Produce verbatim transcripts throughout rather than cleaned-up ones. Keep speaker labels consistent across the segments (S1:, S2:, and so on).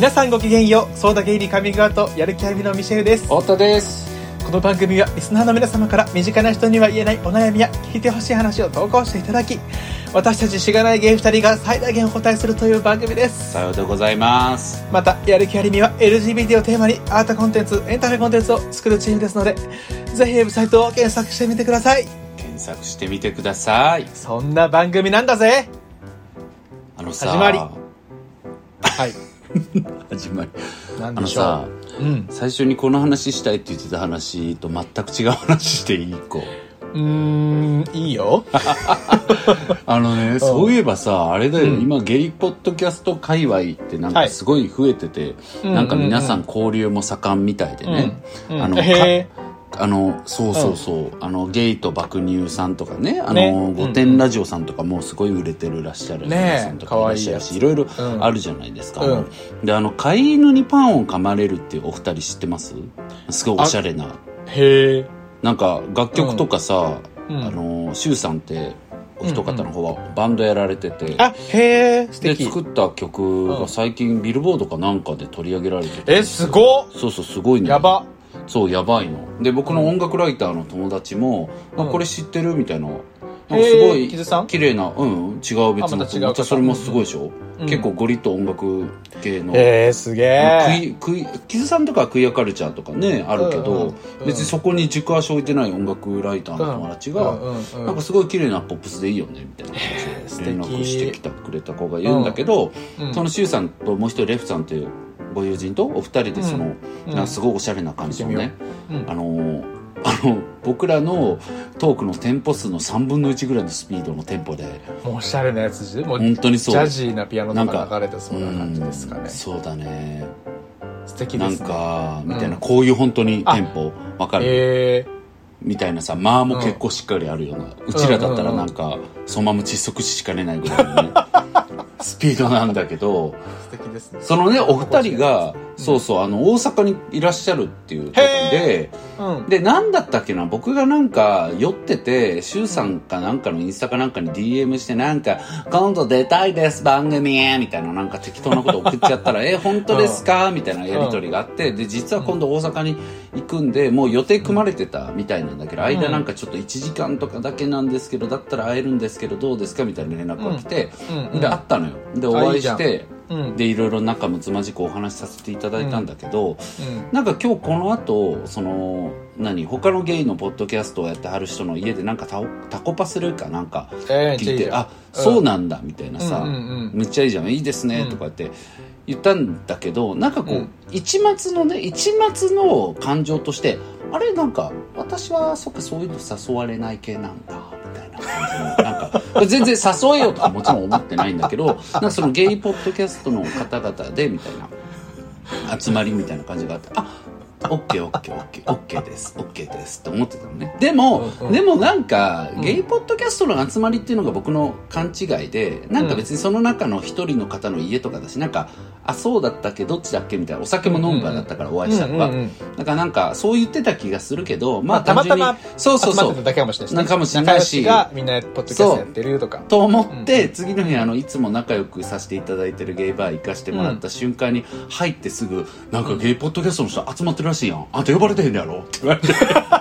S1: 皆さんごきげんよう。ソーダゲイリーカミングアウトやる気ありみのミシェルです。
S2: 太田です。
S1: この番組はリスナーの皆様から身近な人には言えないお悩みや聞いてほしい話を投稿していただき、私たちしがないゲイふたりが最大限お答えするという番組です。
S2: さようでございます。
S1: またやる気ありみは エルジービーティー をテーマにアートコンテンツ、エンタメコンテンツを作るチームですので、ぜひウェブサイトを検索してみてください。
S2: 検索してみてください。
S1: そんな番組なんだぜ。
S2: あのさ、
S1: 始まりはい
S2: 始まり
S1: なんでしょう。
S2: あのさ、うん、最初にこの話したいって言ってた話と全く違う話していい子。
S1: うーん、いいよ
S2: あのね、そういえばさ、あれだよ、うん、今ゲイポッドキャスト界隈ってなんかすごい増えてて、はい、なんか皆さん交流も盛んみたいでね、うんうん、あのへあのそうそうそう、うん、あのゲイと爆乳さんとかね、あのね、御殿ラジオさんとかもすごい売れてるらっしゃる皆さんとかいらっしゃるし、ね、いろいろあるじゃないですか、うん、であの飼い犬にパンを噛まれるっていうお二人知ってます？すごいおしゃれな、
S1: へえ、
S2: なんか楽曲とかさ、うん、あのシュウさんってお一方の方はバンドやられてて、うんうん、
S1: あ、へー、素敵。
S2: で作った曲が最近ビルボードかなんかで取り上げられてて、
S1: え、すごっ。
S2: そうそう、すごいね。
S1: やば。
S2: そう、やばいので、僕の音楽ライターの友達も、うん、あ、これ知ってるみたいな、なんかすごい綺麗な、うん、違う別の、また違う、またそれもすごいでしょ、うん、結構ゴリッと音楽系の、
S1: えー、すげえ。
S2: クイキズさんとかはクイアカルチャーとかねあるけど、うんうん、別にそこに軸足置いてない音楽ライターの友達が、うんうんうん、なんかすごい綺麗なポップスでいいよねみたいな話を連絡してきてくれた子がいるんだけど、うんうん、そのシュウさんともう一人レフさんっていうご友人とお二人でその、うんうん、すごいおしゃれな感じのね、うん、あのあの僕らのトークのテンポ数のさんぶんのいちぐらいのスピードのテンポで、
S1: もうおしゃれなやつで、もう
S2: 本当にそう、
S1: ジャジーなピアノとか流れてそうな感じですかね。
S2: そうだね、
S1: 素敵ですね。
S2: なんかみたいな、うん、こういう本当にテンポわかる、えー、みたいなさ、まあもう結構しっかりあるような、うん、うちらだったらなんか、うんうんうん、そのまま窒息死しかねないぐらいのねスピードなんだけど、
S1: 素敵ですね。
S2: そのねお二人が、うん、そうそう、あの大阪にいらっしゃるっていう時で、うん、で何だったっけな、僕がなんか酔っててシュウさんかなんかのインスタかなんかに ディーエム してなんか今度出たいです番組へみたいな、なんか適当なこと送っちゃったらえ本当ですかみたいなやり取りがあって、で実は今度大阪に行くんでもう予定組まれてたみたいなんだけど、間なんかちょっといちじかんとかだけなんですけどだったら会えるんですけどどうですかみたいな連絡が来て、うんうん、で会ったのよ。でお会いして、うん、でいろいろ仲睦まじくお話しさせていただいたんだけど、うんうん、なんか今日この後その何他のゲイのポッドキャストをやってはる人の家でなんか タ, タコパするかなんか聞いて、えー、いいあ、そうなんだみたいなさ、うんうんうん、めっちゃいいじゃん、いいですねとか言って言ったんだけど、なんかこう、うん、一末のね一末の感情として、あれなんか私はそっかそういうの誘われない系なんだみたいな感じの、なんか全然誘えよとかもちろん思ってないんだけど、なんかそのゲイポッドキャストの方々でみたいな集まりみたいな感じがあって、あ、オッケーオッケーオッケーオッケーですオッケーですって思ってたのね。でも、うんうん、でもなんか、うん、ゲイポッドキャストの集まりっていうのが僕の勘違いで、なんか別にその中の一人の方の家とかだし、なんかあそうだったっけどっちだっけみたいな、お酒も飲む場だったからお会いしたのが、うんうんうん、だからなんかそう言ってた気がするけど、まあ単純に、まあ、たまたま
S1: そうそうそう集まってただけかもしれないし、ね、
S2: かもしれないし、
S1: 仲良しがみんなポッドキャストやってるとか
S2: と思って、うん、次の日あのいつも仲良くさせていただいてるゲイバー行かしてもらった瞬間に入ってすぐ、なんかゲイポッドキャストの人集まってるらしいやん、あんた呼ばれてへんやろって言われて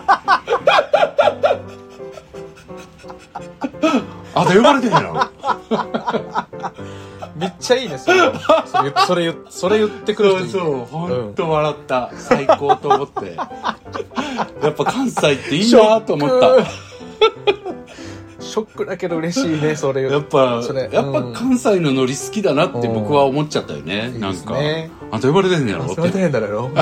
S2: あんた呼ばれてへんやろ
S1: めっちゃいいねそれそれそれ言それ言ってくる人いい、ね、
S2: そうそう本当笑った、うん、最高と思ってやっぱ関西っていいなと思った
S1: ショックだけど嬉しいねそれ。
S2: やっぱそれ、うん、やっぱ関西のノリ好きだなって僕は思っちゃったよね、うん、なんかいいですね、あんた呼ばれてんねやろって呼ばれてへんだろ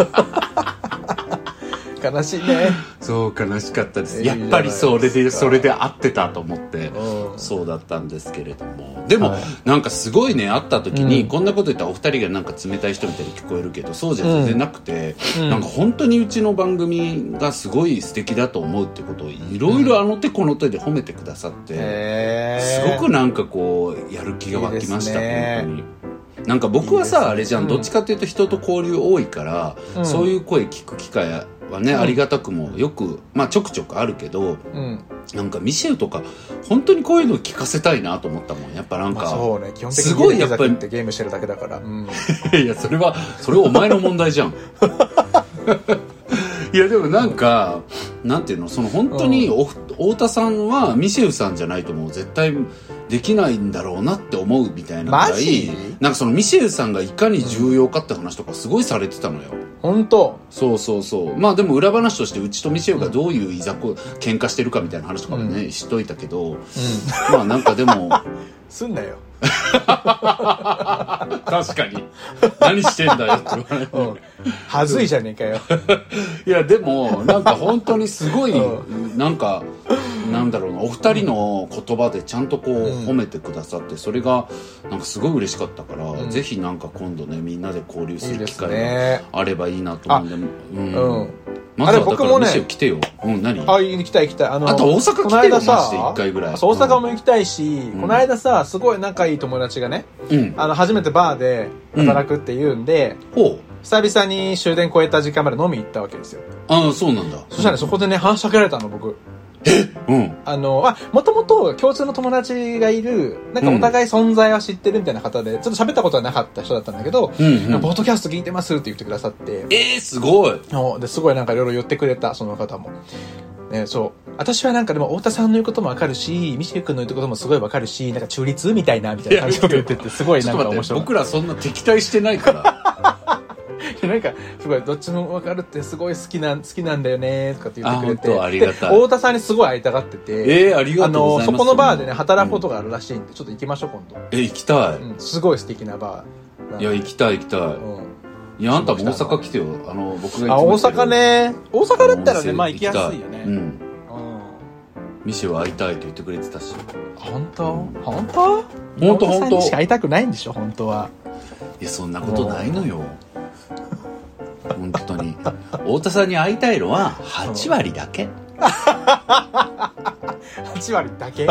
S1: 悲しいね。
S2: そう悲しかったです。やっぱりそれでそれで合ってたと思ってそうだったんですけれども、でも、はい、なんかすごいね会った時に、うん、こんなこと言ったらお二人がなんか冷たい人みたいに聞こえるけどそうじゃ全然なくて、うん、なんか本当にうちの番組がすごい素敵だと思うってことをいろいろあの手この手で褒めてくださって、うん、すごくなんかこうやる気が湧きました。いいですね、本当に。なんか僕はさ、いいですね、あれじゃん、どっちかっていうと人と交流多いから、うん、そういう声聞く機会はね、うん、ありがたくもよく、まあ、ちょくちょくあるけど、うん、なんかミシェルとか本当にこういうの聞かせたいなと思ったもん。やっぱなんか、まあ、
S1: そうね、基本的にすごいやっぱりってゲームしてるだけだから、うん、
S2: いやそれはそれはお前の問題じゃんいやでもなんかなんていうの、その本当にお、うん、太田さんはミシェルさんじゃないともう絶対できないんだろうなって思うみたいなぐらい、なんかそのミシェルさんがいかに重要かって話とかすごいされてたのよ。
S1: 本当？
S2: そうそうそう。まあでも裏話としてうちとミシェルがどういういざこ喧嘩してるかみたいな話とかもね、うん、知っといたけど、うん、まあなんかでも
S1: すんなよ
S2: 確かに何してんだよって言われる、うん、
S1: はずいじゃねえかよ
S2: いやでもなんか本当にすごい、うん、なんかなんだろうな、お二人の言葉でちゃんとこう褒めてくださって、それがなんかすごい嬉しかったから、うん、ぜひなんか今度ねみんなで交流する機会があればいいなと思うんで、うん、うん、まずはだからミシェル来てよ。うん、何？
S1: あ、行きたい行きたい。あの、
S2: あと大阪来てよ、マジで一回ぐらい。
S1: そう、大阪も行きたいし、うん、この間さ、すごい仲いい友達がね、うん、あの、初めてバーで働くって言うんで、うん、ほう。久々に終電超えた時間まで飲み行ったわけですよ。
S2: ああ、そうなんだ。
S1: そしたらね、そこでね、話しかけられたの、僕。
S2: え？うん。
S1: あの、あ、もともと共通の友達がいる、なんかお互い存在は知ってるみたいな方で、うん、ちょっと喋ったことはなかった人だったんだけど、うんうん、ポッドキャスト聞いてますって言ってくださって。
S2: えー、すごい。
S1: で、すごいなんかいろいろ言ってくれた、その方も。ね、そう。私はなんかでも、太田さんの言うこともわかるし、ミシェル君の言うこともすごいわかるし、なんか中立みたいな、みたいな感じのこと言ってて、すごいなんか面白い。
S2: 僕らそんな敵対してないから。
S1: なんかすごいどっちも分かるってすごい好きな好きなんだよねとかって言ってくれて、
S2: あ、本当ありがたい。
S1: 太田さんにすごい会いたがってて、
S2: えー、ありがとうございます。
S1: あのそこのバーでね働くことがあるらしいんで、うん、ちょっと行きましょう今度。
S2: えー、行きたい、
S1: うん、すごい素敵なバ
S2: ー。いや行きたい行きたい、うん、いやあんたも大阪来てよ。あの僕が
S1: あ大阪ね、大阪だったらねまあ行きやすいよね。うん、うん、
S2: ミシェル会いたいと言ってくれてたし。
S1: 本当、うん、本当
S2: 本当本当。
S1: 太田さんにしか会いたくないんでしょ本当は。
S2: いやそんなことないのよ。本当に太田さんに会いたいのははち割だけ。
S1: はち割だけ。違う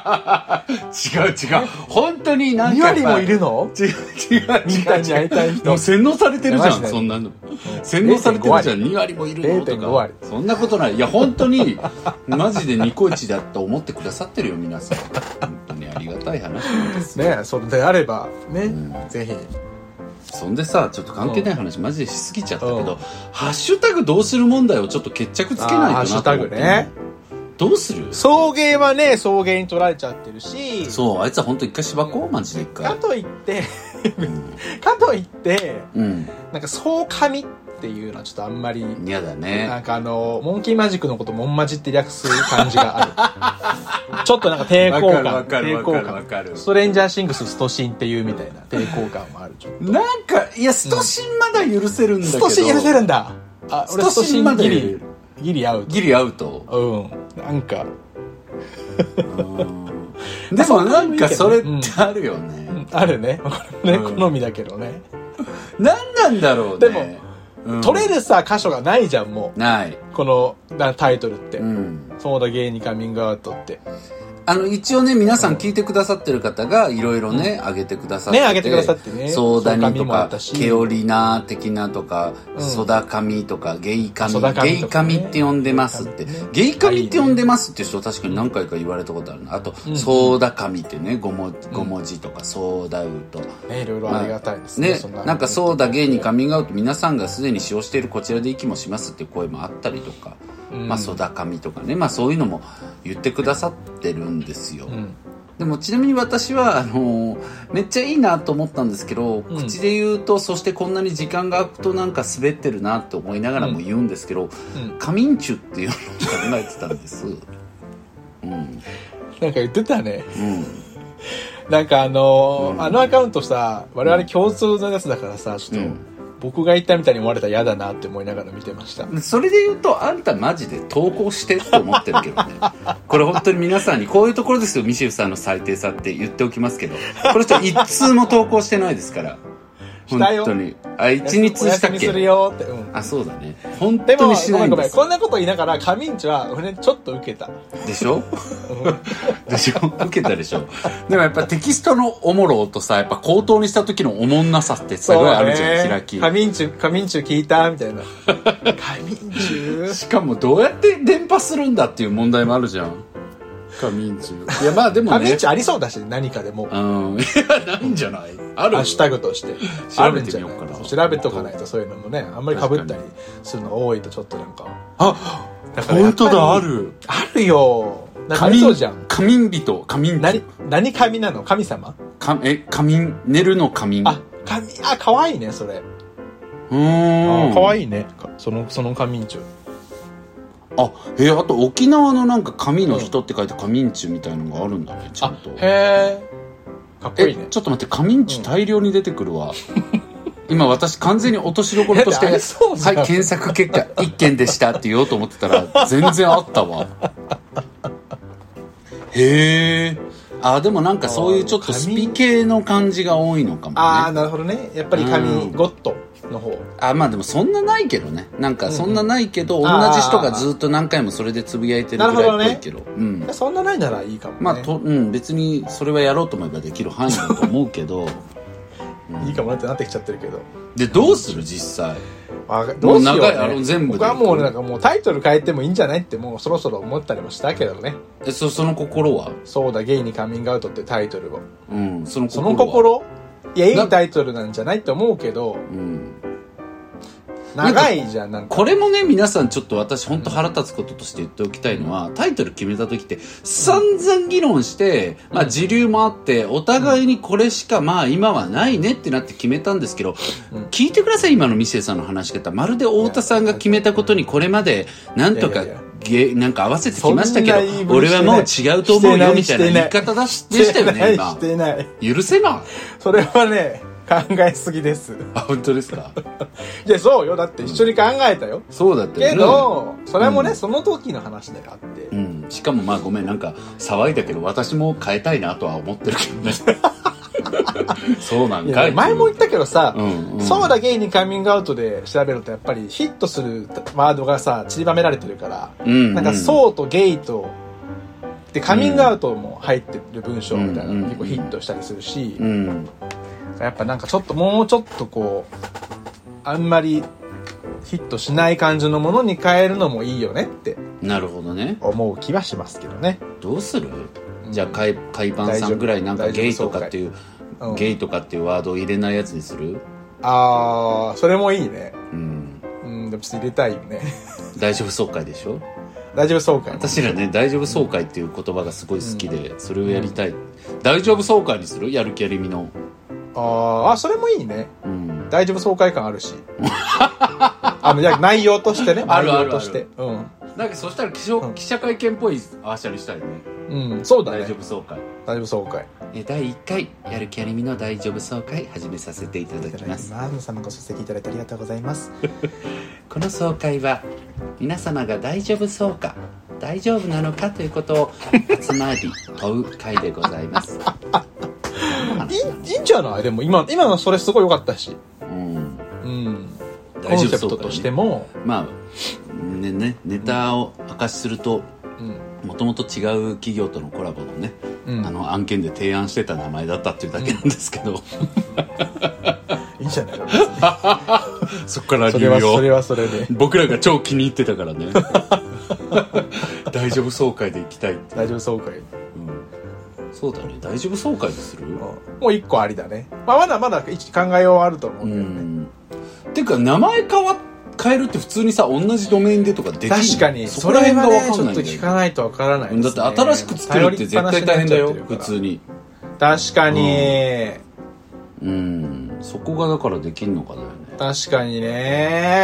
S2: 違う、本当になんか
S1: に割もいるの？
S2: 違う違う、
S1: みんなに会いたい人。
S2: もう洗脳されてるじゃんそんなの。洗脳されてるじゃん。に割もいるのとか。そんなことない。いや本当にマジでニコイチだと思ってくださってるよ皆さん。本当にありがたい話なんです
S1: ね。それであればね、うん、ぜひ。
S2: そんでさ、ちょっと関係ない話、うん、マジでしすぎちゃったけど、うん、ハッシュタグどうする問題をちょっと決着つけないとなと思って。ハッシュタグね。どうする？
S1: 送迎はね、送迎に取られちゃってるし。
S2: そう、あいつは本当一回しばこう、マジで一回。
S1: かといって、うん、かといって、うん、なんかそう紙っていうのはちょっとあんまり。
S2: 嫌だね。
S1: なんかあの、モンキーマジックのことモンマジって略す感じがある。ちょっとなんか抵抗感。
S2: わかるわかるわかる。
S1: ストレンジャーシングスストシンっていうみたいな抵抗感もある。ちょっと
S2: なんか、いや、ストシンまだ許せるんだけど。
S1: ストシン許せるんだ。あ、俺ストシンギリ、ギリアウト。
S2: ギリアウト。
S1: うん。なんか。
S2: でもなんかそれってあるよね。
S1: うんうん、あるね。ね、うん、好みだけどね。
S2: 何なんだろうね。
S1: でも、うん、取れるさ箇所がないじゃんもう。
S2: ない。
S1: このタイトルって。うん。そうだゲイにカミングアウトって。
S2: あの一応ね皆さん聞いてくださってる方がいろいろね、うん、上げてくださってて、
S1: ね上げてくださってね、
S2: ソーダニとかケオリナ的なとか、うん、ソダカミとかゲイカミ、ね、ゲイカミって呼んでますって、ね、ゲイカミって呼んでますって人確かに何回か言われたことあるな。あと、うん、ソーダカミってね 5, 文ご文字とか、うん、ソーダウと、
S1: ね、いろいろありがたいですね。
S2: まあ、ねなんかソーダゲイにカミングアウト皆さんがすでに使用しているこちらで息もしますっていう声もあったりとか。まあ、ソダカミとかね、まあ、そういうのも言ってくださってるんですよ、うん、でもちなみに私はあのー、めっちゃいいなと思ったんですけど、うん、口で言うとそしてこんなに時間が空くとなんか滑ってるなって思いながらも言うんですけど、うん、カミンチュっていうのを考えてたんです、うん、なんか
S1: 言ってたね、うん、なんかあのーうん、あのアカウントさ我々共通のやつだからさちょっと、うん僕が言ったみたいに思われたら嫌だなって思いながら見てました。
S2: それで言うとあんたマジで投稿してって思ってるけどねこれ本当に皆さんにこういうところですよミシェルさんの最低さって言っておきますけどこれ人一通も投稿してないですから
S1: したよ。
S2: 本当に。あ、一日したっけ？
S1: お休みするよって。うん。
S2: あ、そうだね。本当にしないんです。
S1: でも、ごめんごめん。こんなこと言いながら、カミンチは、俺ちょっと受けた。
S2: でしょでしょ受けたでしょ。でもやっぱテキストのおもろとさ、やっぱ口頭にした時のおもんなさってすごいあるじゃん、開き。
S1: カミンチュ、カミンチュ聞いたみたいな。カミンチュ
S2: しかもどうやって伝播するんだっていう問題もあるじゃん。カミンチュ。いやまあでもね。
S1: カミンチュありそうだし、何かでも。
S2: うん。いや、ないんじゃない？ある。
S1: ハッシュタグとして。
S2: 調べてみようかな。
S1: 調べとかないとそういうのもね、あんまり被ったりするのが多いとちょっとなんか。
S2: あ、本当だ、ある。
S1: あるよ。なんかありそうじゃん。
S2: 仮眠人、仮眠
S1: 何、何神なの？神様？
S2: か、え、仮眠、寝るの仮眠。
S1: あ、神、あ、かわいいね、それ。
S2: うーん。
S1: かわいいね。その、その仮眠中。
S2: あ、へえ、あと沖縄のなんか神の人って書いて仮眠中みたいのがあるんだね、ちゃんと。
S1: へえ。かっこいいね。
S2: ちょっと待って、仮眠中大量に出てくるわ。今私完全に落としどころとして、はい、検索結果いっけんでしたって言おうと思ってたら、全然あったわ。へえ。あ、でもなんかそういうちょっとスピ系の感じが多いのかもね。
S1: ああ、なるほどね。やっぱり神ゴッドの方。
S2: あ、まあでもそんなないけどね。なんかそんなないけど、うんうん、同じ人がずっと何回もそれでつぶやいてるぐらいっぽいけど。どね、うん。
S1: そんなないならいいかもね。
S2: まあと、うん、別にそれはやろうと思えばできる範囲だと思うけど。
S1: うん、いいかもなってなってきちゃってるけど。
S2: で、どうする実際。
S1: あ、どうしよう、ね、
S2: もう長いあの全部で。
S1: 僕はもうなんかもうタイトル変えてもいいんじゃないってもうそろそろ思ったりもしたけどね。
S2: え、そ、その心は？
S1: そうだ、ゲイにカミングアウトってタイトルを。
S2: うん、その心は。
S1: その心？いや、いいタイトルなんじゃないって思うけど。うん。長いじゃん、なんか。
S2: これもね、皆さんちょっと私本当腹立つこととして言っておきたいのは、タイトル決めた時って散々議論して、まあ時流もあって、お互いにこれしかまあ今はないねってなって決めたんですけど、聞いてください、今のミシェさんの話し方。まるで太田さんが決めたことにこれまでなんとかゲなんか合わせてきましたけど、俺はもう違うと思うよみたいな言い方だしでしたよね、今。
S1: してない。
S2: 許せない。
S1: それはね、考えすぎです。
S2: あ、本当ですか？
S1: いや、そうよ。だって一緒に考えたよ。
S2: そうだったよね。
S1: けど、それもね、うん、その時の話であって。
S2: うん。しかもまあごめん、なんか騒いだけど、私も変えたいなとは思ってるけどね。そうなんかい。
S1: い前も言ったけどさ、うんうん、そうだゲイにカミングアウトで調べるとやっぱりヒットするワードがさ、散りばめられてるから、うんうん、なんかそうとゲイと、で、カミングアウトも入ってる文章みたいなのが結構ヒットしたりするし、うんうん、やっぱなんかちょっともうちょっとこうあんまりヒットしない感じのものに変えるのもいいよねって
S2: なるほどね
S1: 思う気はしますけどね。
S2: どうする？うん、じゃあ海パンさんぐらいなんかゲイとかっていう、うん、ゲイとかっていうワードを入れないやつにする？
S1: あー、それもいいね。うん、うん、でも入れたいよね。
S2: 大丈夫総会でしょ？
S1: 大丈夫総会。
S2: 私らね、大丈夫総会っていう言葉がすごい好きで、うん、それをやりたい、うん、大丈夫総会にする？やる気ありみの。
S1: ああ、それもいいね。うん、大丈夫爽快感あるし。あの、いや、内容としてね。
S2: あるあるある。
S1: 内容として。うん。
S2: なんかそしたら記者、うん、記者会見っぽいアーシャにしたいね。
S1: うん、そうだね。
S2: 大丈夫総会。
S1: 大丈夫総会。
S2: え、だいいっかい、やる気ありみの大丈夫総会、始めさせていただきます。
S1: 皆様ご出席いただいてありがとうございます。
S2: この総会は、皆様が大丈夫そうか、大丈夫なのかということを集まり問う会でございます。
S1: いい、いいんじゃない？でも今、今のそれすごい良かったし。うん。うん。コンセプトとしても。
S2: まあ、ね、ね、ネタを明かしすると、もともと違う企業とのコラボのね、うん、あの案件で提案してた名前だったっていうだけなんですけど。うん、い
S1: いんじゃないか
S2: そっから理由を。
S1: それはそれはそれで。僕
S2: らが超気に入ってたからね。大丈夫総会で行きたいって。
S1: 大丈夫総会。
S2: そうだね、大丈夫総会にする？
S1: もう一個ありだね。まあ、まだまだ一考えようはあると思うんだよね。うん。
S2: ていうか、名前変わ、変えるって普通にさ、同じドメインでとかできる？
S1: 確かに。そこら辺が分かんないんだよね。ちょっと聞かないと分からないですね。
S2: だって新しく作るって絶対大変だよ、普通に。
S1: 確かに。
S2: うん。うん。そこがだからできんのかだよね。
S1: 確かにね。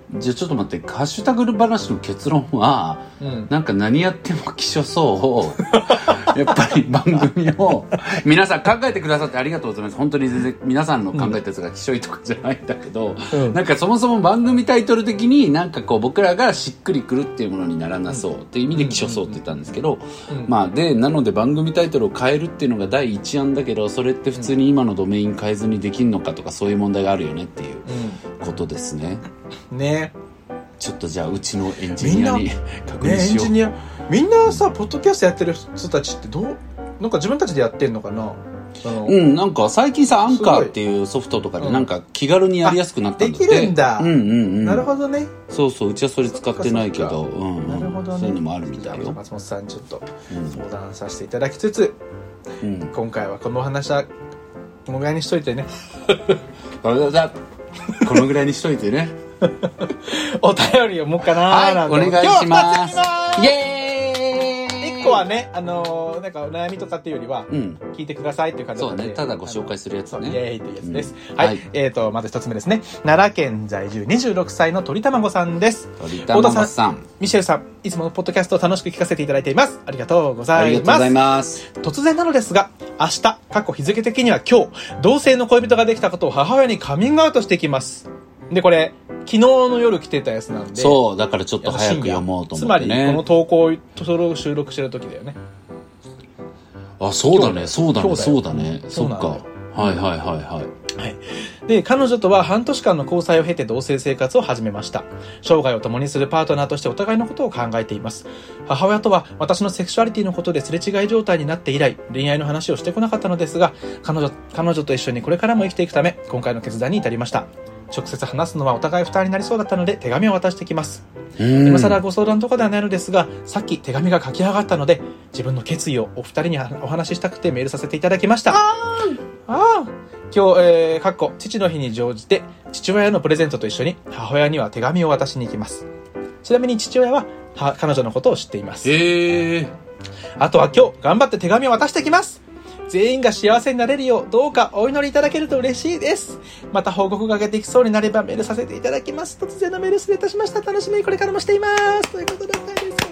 S2: じゃあちょっと待って、ハッシュタグ話の結論は、うん、なんか何やっても希少そうやっぱり番組を皆さん考えてくださってありがとうございます。本当に全然皆さんの考えたやつが希少いとかじゃないんだけど、うん、なんかそもそも番組タイトル的になんかこう僕らがしっくりくるっていうものにならなそうっていう意味で希少そうって言ったんですけど、うんうん、まあでなので番組タイトルを変えるっていうのが第一案だけど、それって普通に今のドメイン変えずにできるのかとかそういう問題があるよねっていうことですね。
S1: ね、
S2: ちょっとじゃあうちのエンジニアに確認しよう。
S1: ね、エンジニアみんなさ、ポッドキャストやってる人たちってどうなんか自分たちでやってんのかな。
S2: うん、なんか最近さアンカーっていうソフトとかでなんか気軽にやりやすくなったんだって。
S1: できるんだ。
S2: うんうんうん。
S1: なるほどね。
S2: そうそう、うちはそれ使ってないけど、うん、
S1: なるほどね。
S2: そういうのもあるみたいよ。
S1: 松本さんちょっと相談させていただきつつ、うん、今回はこのお話はこのぐらいにしといてね。
S2: このぐらいにしといてね。
S1: お便り読もうかな。
S2: はい、お願いします。イエーイ。
S1: いっこはね、あのー、なんかお悩みとかっていうよりは、うん、聞いてくださいっていう感じで、
S2: そうね、ただご紹介するやつね。
S1: イエーイっていうやつです。うん、はい、はい、えーとまず一つ目ですね。奈良県在住にじゅうろくさいの鳥玉子さんです。
S2: 鳥玉子さん、
S1: ミシェルさん、いつものポッドキャストを楽しく聞かせていただいています。ありがとうございます。
S2: ありがとうございます。
S1: 突然なのですが、明日、過去日付的には今日、同性の恋人ができたことを母親にカミングアウトしてきます。で、これ、昨日の夜来てたやつなんで。
S2: そう、だからちょっと早く読もうと思ってね。
S1: つまり、この投稿を収録してる時だよね。
S2: あ、そうだね、そうだね、そうだね。そっか。はいはいはいはい。はい。
S1: で、彼女とは半年間の交際を経て同棲生活を始めました。生涯を共にするパートナーとしてお互いのことを考えています。母親とは私のセクシュアリティのことですれ違い状態になって以来、恋愛の話をしてこなかったのですが、彼女、彼女と一緒にこれからも生きていくため、今回の決断に至りました。直接話すのはお互い負担になりそうだったので手紙を渡してきます。今更ご相談とかではないのですが、さっき手紙が書き上がったので自分の決意をお二人にお話ししたくてメールさせていただきました。ああ今日、えー、かっこ父の日に乗じて父親のプレゼントと一緒に母親には手紙を渡しに行きます。ちなみに父親は彼女のことを知っています。
S2: へー。
S1: あとは今日頑張って手紙を渡してきます。全員が幸せになれるようどうかお祈りいただけると嬉しいです。また報告ができそうになればメールさせていただきます。突然のメール失礼いたしました。楽しみにこれからもしていますということだったんです。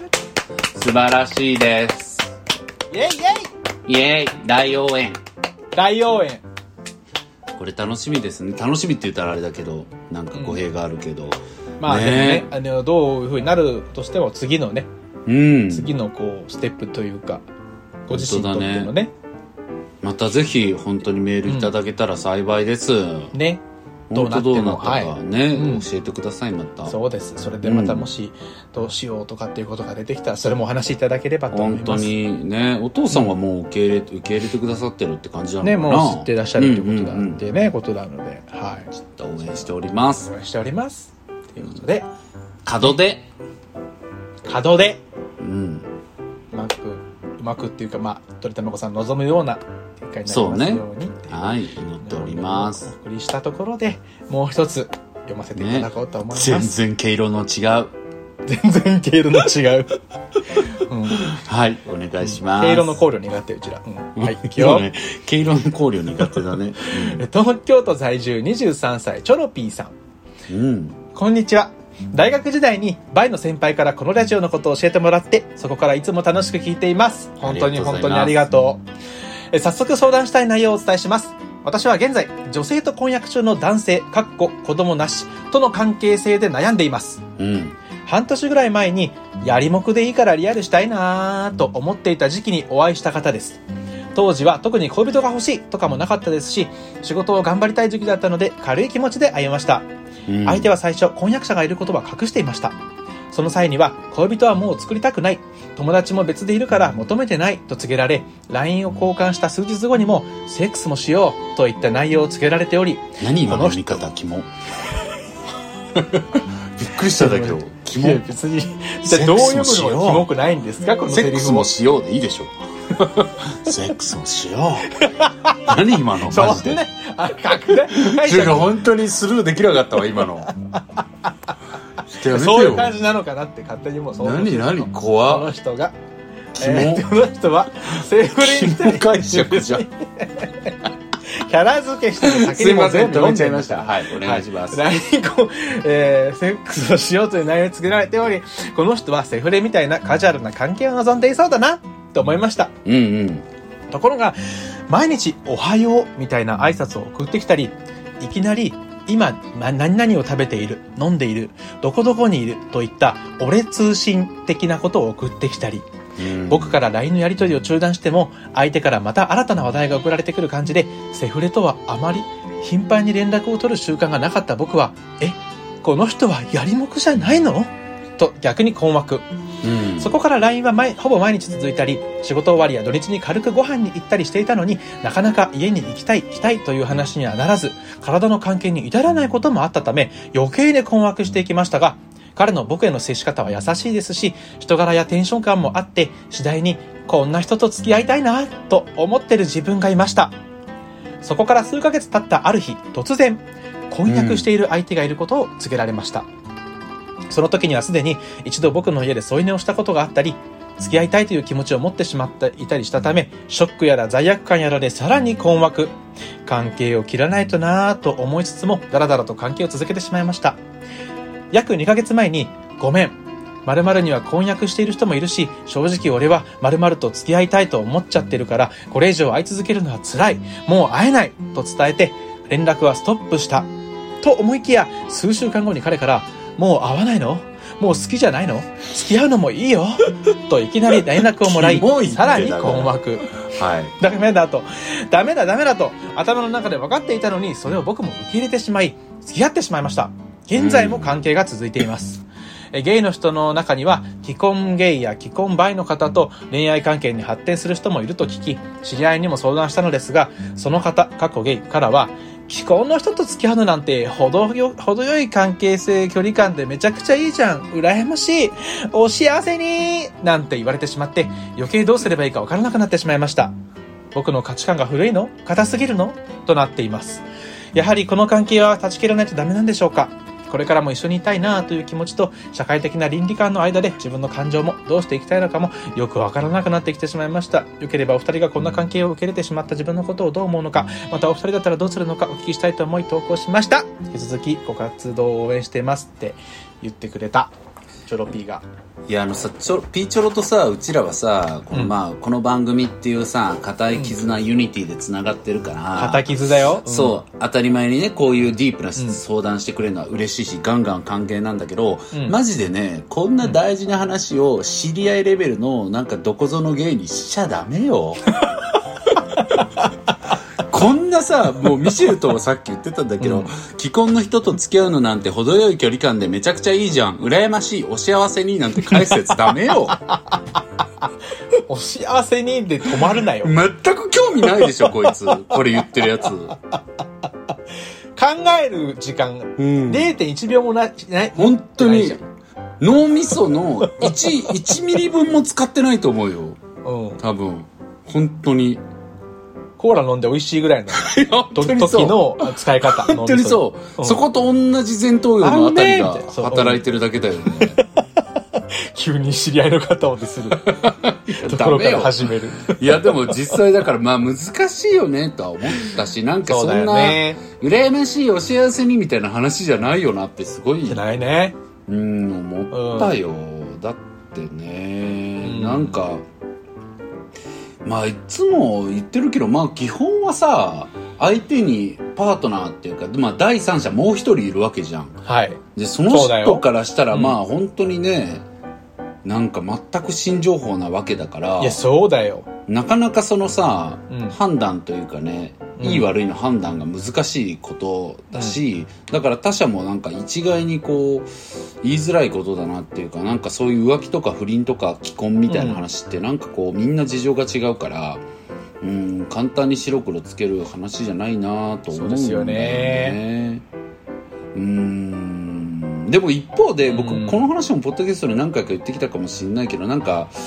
S2: 素晴らしいです。
S1: イエイイエイ
S2: イエイ大応援
S1: 大応援。
S2: これ楽しみですね。楽しみって言ったらあれだけどなんか語弊があるけど、うん、
S1: まあでもね、あのどういう風になるとしても次のね、うん、次のこうステップというかご自身にとってのね、
S2: またぜひ本当にメールいただけたら幸いです、うん、
S1: ね。
S2: 本当どうなったかね、はい、うん、教えてください。また
S1: そうです。それでまたもしどうしようとかっていうことが出てきたらそれもお話しいただければと思います。
S2: 本当にね、お父さんはもう受け入れ、受け入れてくださってるって感じなのかな、
S1: ね、もう知ってらっしゃるということなんでね、うんうんうん、ことなので、はい、
S2: ちょっと応援しております。
S1: 応援しておりますということで、
S2: 門出
S1: 門出、
S2: うん、
S1: うまくうまくっていうか、まあ鳥玉子さん望むような結果になりますように、そうね、
S2: はい、祈っております。
S1: お送りしたところでもう一つ読ませていただこうと思います、
S2: ね、全然毛色の違う
S1: 全然毛色の違う、
S2: うん、はいお願いします。
S1: 毛色の考慮苦手うちら、うん、はいいくよ、ね、
S2: 毛色の考慮苦手だね、
S1: うん、東京都在住にじゅうさんさいチョロピーさん、うん、こんにちは。大学時代にバイの先輩からこのラジオのことを教えてもらってそこからいつも楽しく聞いています。本当に本当にありがとう。え早速相談したい内容をお伝えします。私は現在女性と婚約中の男性かっこ子供なしとの関係性で悩んでいます、うん、半年ぐらい前にやりもくでいいからリアルしたいなと思っていた時期にお会いした方です。当時は特に恋人が欲しいとかもなかったですし仕事を頑張りたい時期だったので軽い気持ちで会いました、うん、相手は最初婚約者がいることは隠していました。その際には恋人はもう作りたくない、友達も別でいるから求めてないと告げられ ライン を交換した数日後にもセックスもしようといった内容を告げられており、
S2: 何今の見方キモびっくりしただけどキモ。
S1: 別にじゃどう読むのがキモくないんですかこのセリフも。
S2: セックスもしようでいいでしょセックスもしよう何今のマジで
S1: そんなあ拡大
S2: 本当にスルーできなかったわ今の
S1: そういう感じなのかなって勝手にもうそう
S2: 何何怖っ
S1: この人がえー、この人はセーフレイン
S2: 解釈じゃん
S1: キャラ付けしてる先にも全部読んじゃいました。
S2: はい、お願いします。
S1: ライン、えー、セックスをしようという内容に告げられており、この人はセフレみたいなカジュアルな関係を望んでいそうだな、と思いました。
S2: うんうん。
S1: ところが、毎日おはようみたいな挨拶を送ってきたり、いきなり、今、何々を食べている、飲んでいる、どこどこにいるといった俺通信的なことを送ってきたり、うん、僕から ライン のやり取りを中断しても、相手からまた新たな話題が送られてくる感じで、セフレとはあまり頻繁に連絡を取る習慣がなかった僕は、え、この人はやりもくじゃないの？と逆に困惑。うん、そこから ライン は毎ほぼ毎日続いたり、仕事終わりや土日に軽くご飯に行ったりしていたのに、なかなか家に行きたい、来たいという話にはならず、体の関係に至らないこともあったため、余計に困惑していきましたが、彼の僕への接し方は優しいですし、人柄やテンション感もあって、次第にこんな人と付き合いたいなと思ってる自分がいました。そこから数ヶ月経ったある日、突然、婚約している相手がいることを告げられました。うんその時にはすでに一度僕の家で添い寝をしたことがあったり、付き合いたいという気持ちを持ってしまっていたりしたため、ショックやら罪悪感やらでさらに困惑。関係を切らないとなぁと思いつつも、だらだらと関係を続けてしまいました。約にかげつまえに、ごめん。〇〇には婚約している人もいるし、正直俺は〇〇と付き合いたいと思っちゃってるから、これ以上会い続けるのは辛い。もう会えない。と伝えて、連絡はストップした。と思いきや、数週間後に彼から、もう会わないの？もう好きじゃないの？付き合うのもいいよといきなり連絡をもらい、さらに困惑。はい。ダメだと。ダメだダメだと、頭の中で分かっていたのに、それを僕も受け入れてしまい、付き合ってしまいました。現在も関係が続いています。うん、ゲイの人の中には、既婚ゲイや既婚バイの方と恋愛関係に発展する人もいると聞き、知り合いにも相談したのですが、その方、過去ゲイからは、既婚の人と付き合うのなんて程よ、程よい関係性距離感でめちゃくちゃいいじゃん。羨ましい。お幸せになんて言われてしまって余計どうすればいいかわからなくなってしまいました。僕の価値観が古いの？硬すぎるの？となっています。やはりこの関係は断ち切らないとダメなんでしょうか。これからも一緒にいたいなという気持ちと社会的な倫理観の間で自分の感情もどうしていきたいのかもよくわからなくなってきてしまいました。よければお二人がこんな関係を受け入れてしまった自分のことをどう思うのか、またお二人だったらどうするのかお聞きしたいと思い投稿しました。引き続きご活動を応援してますって言ってくれたチョロピーが。
S2: いやあのさちょピーチョロとさうちらはさこの、うんまあ、この番組っていうさ固い絆、うん、ユニティでつながってるから
S1: 固絆だよ、
S2: うん、そう当たり前にねこういうディープな相談してくれるのは嬉しいし、うん、ガンガン歓迎なんだけど、うん、マジでねこんな大事な話を知り合いレベルのなんかどこぞの芸にしちゃダメよこんなさもうミシェルともさっき言ってたんだけど、うん、既婚の人と付き合うのなんて程よい距離感でめちゃくちゃいいじゃん羨ましいお幸せになんて返すやつダメよ
S1: お幸せにで止まるなよ
S2: 全く興味ないでしょこいつこれ言ってるやつ考
S1: える時間、うん、れいてんいちびょうもないない
S2: 本当に脳みその 1, いちミリ分も使ってないと思うよ、うん、多分本当に
S1: コーラ飲んで美味しいぐらいの時の使い方。
S2: 本当にそう。うん、そこと同じ前頭葉のあたりが働いてるだけだよね。
S1: 急に知り合いの方をでするところから始める。
S2: いやでも実際だからまあ難しいよねとは思ったし、なんかそんな羨ましいお幸せにみたいな話じゃないよなってすごい。
S1: じゃないね。
S2: うん思ったよ。うん、だってね、うん、なんか。まあいつも言ってるけどまあ基本はさ相手にパートナーっていうか、まあ、第三者もう一人いるわけじゃん。
S1: はい。
S2: でその人からしたらまあ本当にね、うん、なんか全く新情報なわけだから。
S1: いやそうだよ。
S2: なかなかそのさ、うん、判断というかね、うん、いい悪いの判断が難しいことだし、うん、だから他者もなんか一概にこう言いづらいことだなっていうか、なんかそういう浮気とか不倫とか既婚みたいな話ってなんかこうみんな事情が違うから、うん、簡単に白黒つける話じゃないなと思うんだよね。そうですよね。うーんでも一方で僕この話もポッドキャストで何回か言ってきたかもしれないけど、なんか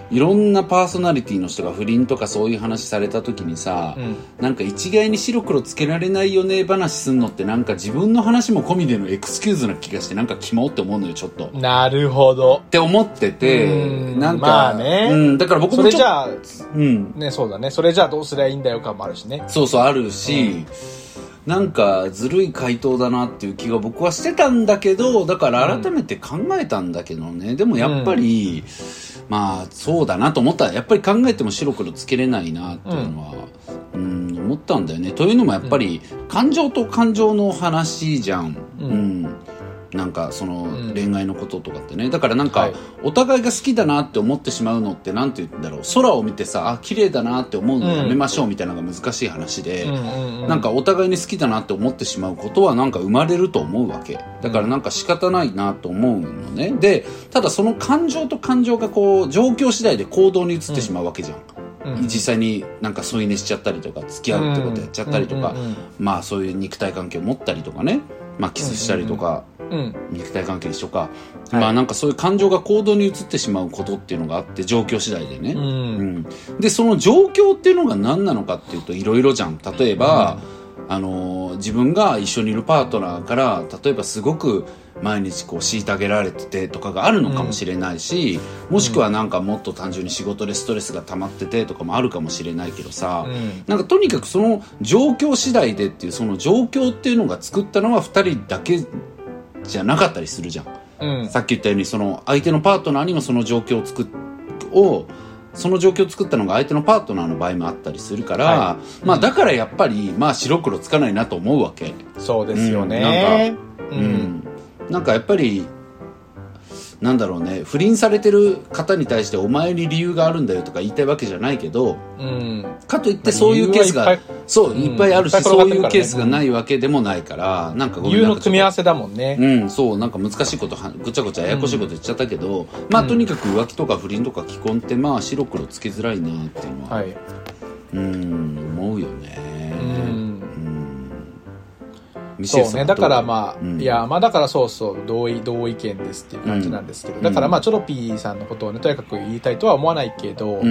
S2: いろんなパーソナリティの人が不倫とかそういう話された時にさ、うん、なんか一概に白黒つけられないよね話すんのってなんか自分の話も込みでのエクスキューズな気がしてなんかキモって思うのよちょっと。
S1: なるほど
S2: って思ってて、なんか、
S1: まあね、
S2: うん、だから僕も
S1: それじゃあ、
S2: うん、
S1: ね、そうだね、それじゃあどうすりゃいいんだよ感もあるしね。
S2: そうそうあるし、うん、なんかずるい回答だなっていう気が僕はしてたんだけど、だから改めて考えたんだけどね、うん、でもやっぱり、うんまあそうだなと思ったらやっぱり考えても白黒つけれないなっていうのは、うん、うん思ったんだよね。というのもやっぱり感情と感情の話じゃん、うん、うん、なんかその恋愛のこととかってね。だからなんかお互いが好きだなって思ってしまうのってなんて言うんだろう、空を見てさあ綺麗だなって思うのやめましょうみたいなのが難しい話で、なんかお互いに好きだなって思ってしまうことはなんか生まれると思うわけだからなんか仕方ないなと思うのね。でただその感情と感情がこう状況次第で行動に移ってしまうわけじゃん、うん、実際になんか添い寝しちゃったりとか付き合うってことやっちゃったりとか、まあそういう肉体関係を持ったりとかね、まあキスしたりとか、うん、肉体関係一緒か、はい、まあなんかそういう感情が行動に移ってしまうことっていうのがあって状況次第でね、うんうん、でその状況っていうのが何なのかっていうといろいろじゃん。例えば、うん、あの自分が一緒にいるパートナーから例えばすごく毎日こう虐げられててとかがあるのかもしれないし、うん、もしくはなんかもっと単純に仕事でストレスが溜まっててとかもあるかもしれないけどさ、うん、なんかとにかくその状況次第でっていうその状況っていうのが作ったのはふたりだけじゃなかったりするじゃん、うん、さっき言ったようにその相手のパートナーにもその状況を作っをその状況を作ったのが相手のパートナーの場合もあったりするから、はい、まあだからやっぱりまあ白黒つかないなと思うわけ。
S1: そうですよね、
S2: うん、なんか、うん、なんかやっぱりなんだろうね、不倫されてる方に対してお前に理由があるんだよとか言いたいわけじゃないけど、うん、かといってそういうケースがそういっぱいあるし、うん、そういうケースがないわけでもないから、うん、なんか
S1: 理由の組み合わせだもんね。
S2: うんそうなんか難しいことぐちゃぐちゃややこしいこと言っちゃったけど、うん、まあとにかく浮気とか不倫とか既婚ってまあ白黒つけづらいなっていうのは、はい、うん思うよね。うん
S1: そうね、だからまあ、うん、いやまあだからそうそう同意同意見ですっていう感じなんですけど、うん、だからまあチョロピーさんのことをねとにかく言いたいとは思わないけど、うん、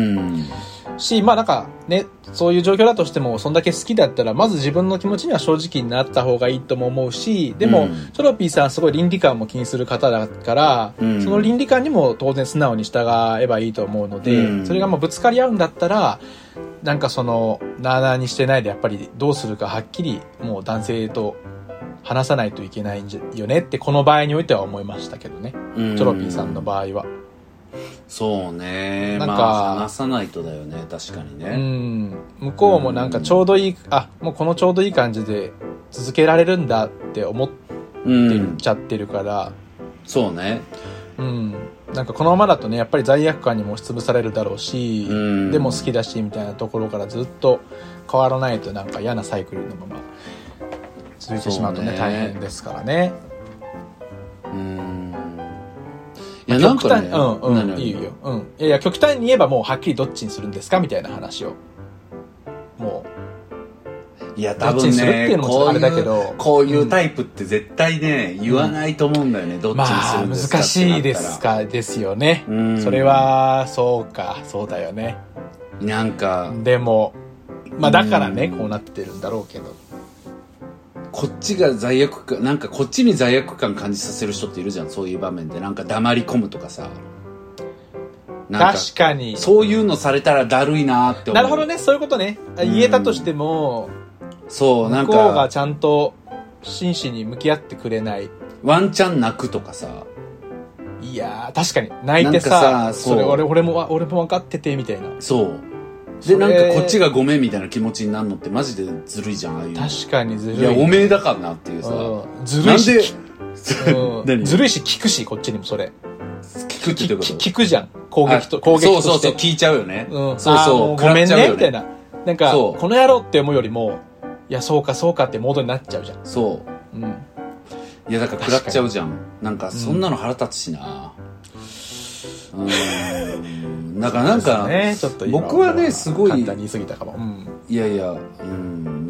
S1: しまあなんかねそういう状況だとしてもそんだけ好きだったらまず自分の気持ちには正直になった方がいいとも思うし、でも、うん、チョロピーさんはすごい倫理観も気にする方だから、うん、その倫理観にも当然素直に従えばいいと思うので、うん、それがもうぶつかり合うんだったらなんかそのなあなあにしてないでやっぱりどうするかはっきりもう男性と話さないといけないんじゃよねってこの場合においては思いましたけどね、チョロピーさんの場合は。
S2: そうね、なんか、まあ、話さないとだよね確かにね。うん
S1: 向こうもなんかちょうどいい、あもうこのちょうどいい感じで続けられるんだって思ってちゃってるから、
S2: うん、そうね、
S1: うんなんかこのままだとねやっぱり罪悪感にも押しつぶされるだろうし、うん、でも好きだしみたいなところからずっと変わらないとなんか嫌なサイクルのまま続いてしまうとね、ね大変ですからね。うーんいやなんかね、うんうんいいよ、うん、いやいや極端に言えばもうはっきりどっちにするんですかみたいな話をも
S2: ういや多分ねこういうこういうタイプって絶対ね、うん、言わないと思うんだよね、うん、どっちにするんですか、
S1: まあ、難しいですかですよね、うん、それはそうかそうだよね。
S2: なんか
S1: でもまあだからね、うん、こうなってるんだろうけど
S2: こっちが罪悪感なんかこっちに罪悪感感じさせる人っているじゃん。そういう場面でなんか黙り込むとかさ、
S1: なんか確かに
S2: そういうのされたらだるいなって思う。
S1: なるほどねそういうことね。言えたとしても
S2: そうなんか
S1: 向こうがちゃんと真摯に向き合ってくれない。
S2: ワンチャン泣くとかさ、
S1: いや確かに泣いてさそれ俺俺も俺も分かっててみたいな。
S2: そうでなんかこっちがごめんみたいな気持ちになるのってマジでずるいじゃん。ああいう
S1: 確かにずるい。
S2: いやおめえだからなっていうさ、
S1: うん、ずるいしなんでずるいし聞くしこっちにもそれ
S2: 聞くってどういうこと？
S1: 聞くじゃん攻撃と攻撃として。
S2: そうそうそう聞いちゃうよね、うん、
S1: そうそうごめんねみたいななんかこの野郎って思うよりもいやそうかそうかってモードになっちゃうじゃん。
S2: そう、うん、いやだから食らっちゃうじゃん。なんかそんなの腹立つしな、うん、うんだからなんか、ね、ちょっと僕はねすごい
S1: 簡単に言い過ぎたかも、うん、
S2: いやいや、うん、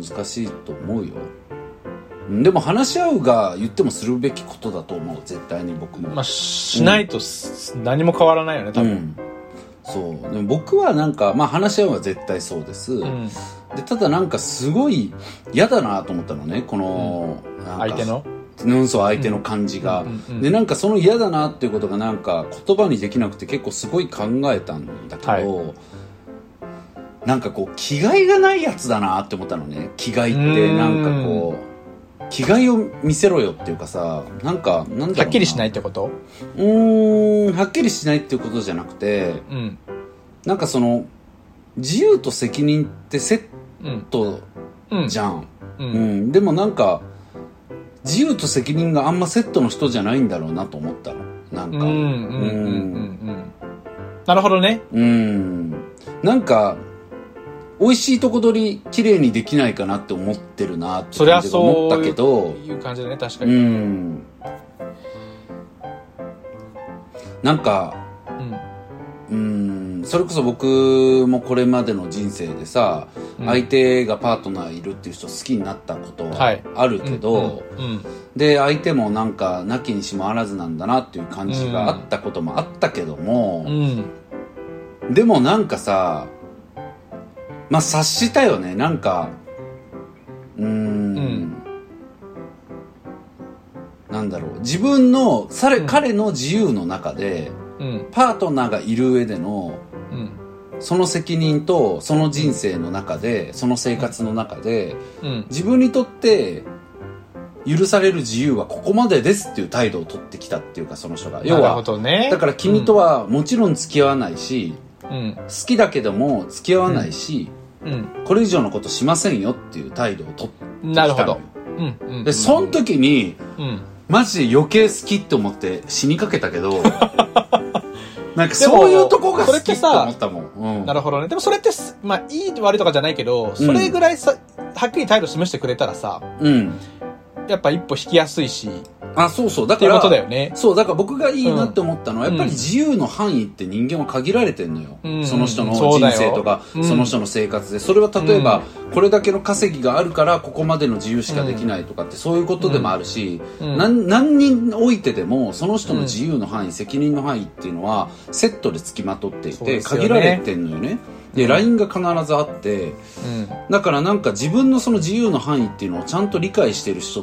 S2: 難しいと思うよ。でも話し合うが言ってもするべきことだと思う絶対に僕も。
S1: まあしないと、うん、何も変わらないよね多分、うん、
S2: そうでも僕はなんかまあ話し合うのは絶対そうです、うん、でただなんかすごい嫌だなと思ったのねこの、
S1: うん、なんか相手の
S2: うんそう相手の感じが、うんうんうん、でなんかその嫌だなっていうことがなんか言葉にできなくて結構すごい考えたんだけど、はい、なんかこう気概がないやつだなって思ったのね。気概ってなんかこう気概を見せろよっていうかさ、なんかなんだろうな、
S1: はっきりしないってこと？
S2: うーんはっきりしないっていうことじゃなくて、うん、なんかその自由と責任ってセットじゃん、うんうんうん、でもなんか自由と責任があんまセットの人じゃないんだろうなと思ったの。なんか、うんうんうんうん、
S1: なるほどね。
S2: うん、なんか美味しいとこ取り綺麗にできないかなって思ってるなって感じが思ったけど、
S1: そういう感じだね確かに。
S2: うん、なんか、うん、うん、それこそ僕もこれまでの人生でさ、うん、相手がパートナーいるっていう人好きになったことはあるけど、はいうんうんうん、で相手もなんかなきにしもあらずなんだなっていう感じがあったこともあったけども、うん、でもなんかさまあ察したよね。なんかうーん、うん、なんだろう、自分のされ、うん、彼の自由の中で、うん、パートナーがいる上での、うん、その責任とその人生の中でその生活の中で、うん、自分にとって許される自由はここまでですっていう態度を取ってきたっていうか、その人が要は
S1: なるほどね。
S2: だから君とはもちろん付き合わないし、うん、好きだけども付き合わないし、うん、これ以上のことしませんよっていう態度を取ってきたのよ。なるほど、うんうんうん、でその時に、うん、マジで余計好きって思って死にかけたけどなんかそういうとこが好きって思ったもん、
S1: うん、なるほどね。でもそれってまあいい悪いとかじゃないけど、それぐらいさ、うん、はっきり態度示してくれたらさ、うん、やっぱ一歩引きやすいし、
S2: あ、そうそう。だから、
S1: っていうことだよね。
S2: そう、だから僕がいいなって思ったのは、うん、やっぱり自由の範囲って人間は限られてんのよ。うん、その人の人生とか、そ, その人の生活で。それは例えば、うん、これだけの稼ぎがあるから、ここまでの自由しかできないとかって、そういうことでもあるし、うん、何, 何においてでも、その人の自由の範囲、うん、責任の範囲っていうのは、セットで付きまとっていて、ね、限られてんのよね。で、ラインが必ずあって、うん、だからなんか自分のその自由の範囲っていうのをちゃんと理解してる人って、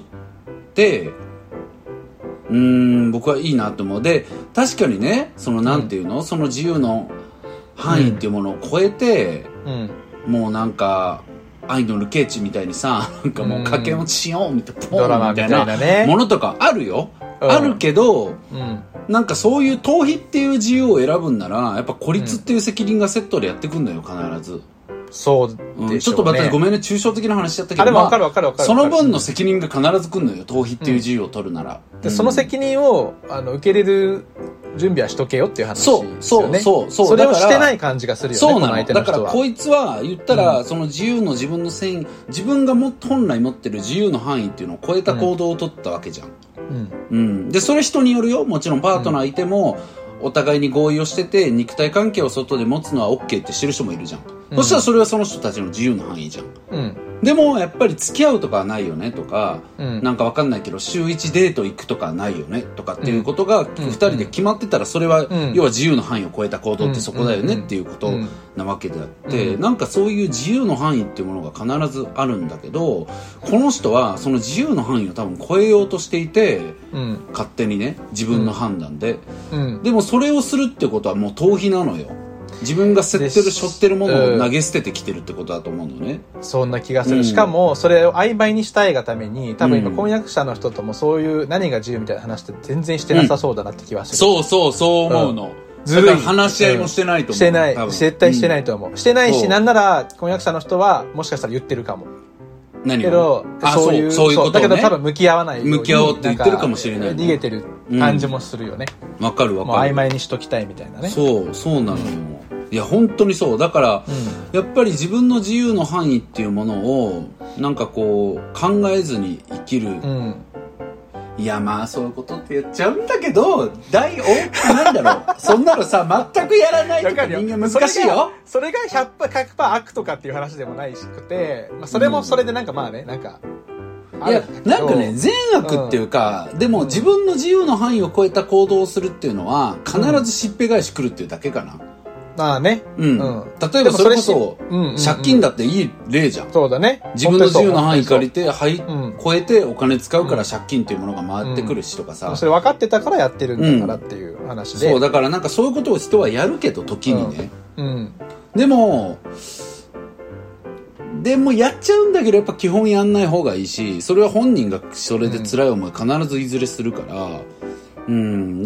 S2: うーん僕はいいなと思う。で確かにね、そのなんていうの、うん、その自由の範囲っていうものを超えて、うん、もうなんかアイドルケーチみたいにさ、なんかもう掛け持ちしようみたいな、ポンみたいなものとかあるよ、うん、あるけど、うん、なんかそういう逃避っていう自由を選ぶんならやっぱ孤立っていう責任がセットでやってくんだよ必ず。
S1: そうでしょうね、
S2: うん、ちょっと待ってごめんね、抽象的な話しちゃったけど、
S1: あでも分かる分かる分かる、
S2: その分の責任が必ず来るのよ、逃避っていう自由を取るなら、
S1: うん、でその責任をあの受け入れる準備はしとけよっていう話ですよね。
S2: そうそうそうそう、
S1: それをしてない感じがするよね。
S2: そうなの。だからこいつは言ったら、うん、その自由の自分の線、自分がも本来持ってる自由の範囲っていうのを超えた行動を取ったわけじゃん、うんうん、でそれ人によるよ。もちろんパートナーいても、お互いに合意をしてて肉体関係を外で持つのは OK ってしてる人もいるじゃん、うん、そしたらそれはその人たちの自由の範囲じゃん、うん、でもやっぱり付き合うとかはないよねとか、うん、なんかわかんないけど週いちデート行くとかはないよねとかっていうことがふたりで決まってたら、それは、うん、要は自由の範囲を超えた行動ってそこだよねっていうことなわけであって、うん、なんかそういう自由の範囲っていうものが必ずあるんだけど、この人はその自由の範囲を多分超えようとしていて、うん、勝手にね自分の判断で、うん、でもそれをするってことはもう逃避なのよ。自分が背負ってる背負ってるものを投げ捨ててきてるってことだと思うのね、
S1: うん、そんな気がする、うん、しかもそれを曖昧にしたいがために多分今婚約者の人ともそういう何が自由みたいな話って全然してなさそうだなって気はする、
S2: うん、そうそうそう思うの、うん、ずるい話し合いもしてないと思う、うん、
S1: してない絶対してないと思う、うん、してないし、なんなら婚約者の人はもしかしたら言ってるかも。
S2: 何
S1: けどそういう
S2: そういうことをね、
S1: だけど多分向き合わないように
S2: 向き合おうって言ってるかもしれない、
S1: 逃げてる感じもするよね。
S2: わ、うん、かるわかる。
S1: もう曖昧にしときたいみたいなね。
S2: そうそうなのよ、うん、いや本当にそうだから、うん、やっぱり自分の自由の範囲っていうものをなんかこう考えずに生きる、うん、いやまあそういうことって言っちゃうんだけど大多くないだろうそんなのさ全くやらないとか人間難しいよ。
S1: それが ひゃくパーセント 悪とかっていう話でもないしくて、まあ、それもそれでなんかまあね、なんか
S2: いやなんかね善悪っていうか、うん、でも自分の自由の範囲を超えた行動をするっていうのは必ずしっぺ返し来るっていうだけかな、
S1: ああね。
S2: うん。うん、例えばそれこそ、うんうんうん、借金だっていい例じゃん。
S1: そうだね。
S2: 自分の自由の範囲借りて、はい、うん、超えてお金使うから借金っていうものが回ってくるしとかさ。
S1: うん、それ分かってたからやってるんだからっていう話で。
S2: うん、そう、だからなんかそういうことを人はやるけど、時にね。うん。うん、でも、でもやっちゃうんだけどやっぱ基本やんない方がいいし、それは本人がそれで辛い思い必ずいずれするから、うん、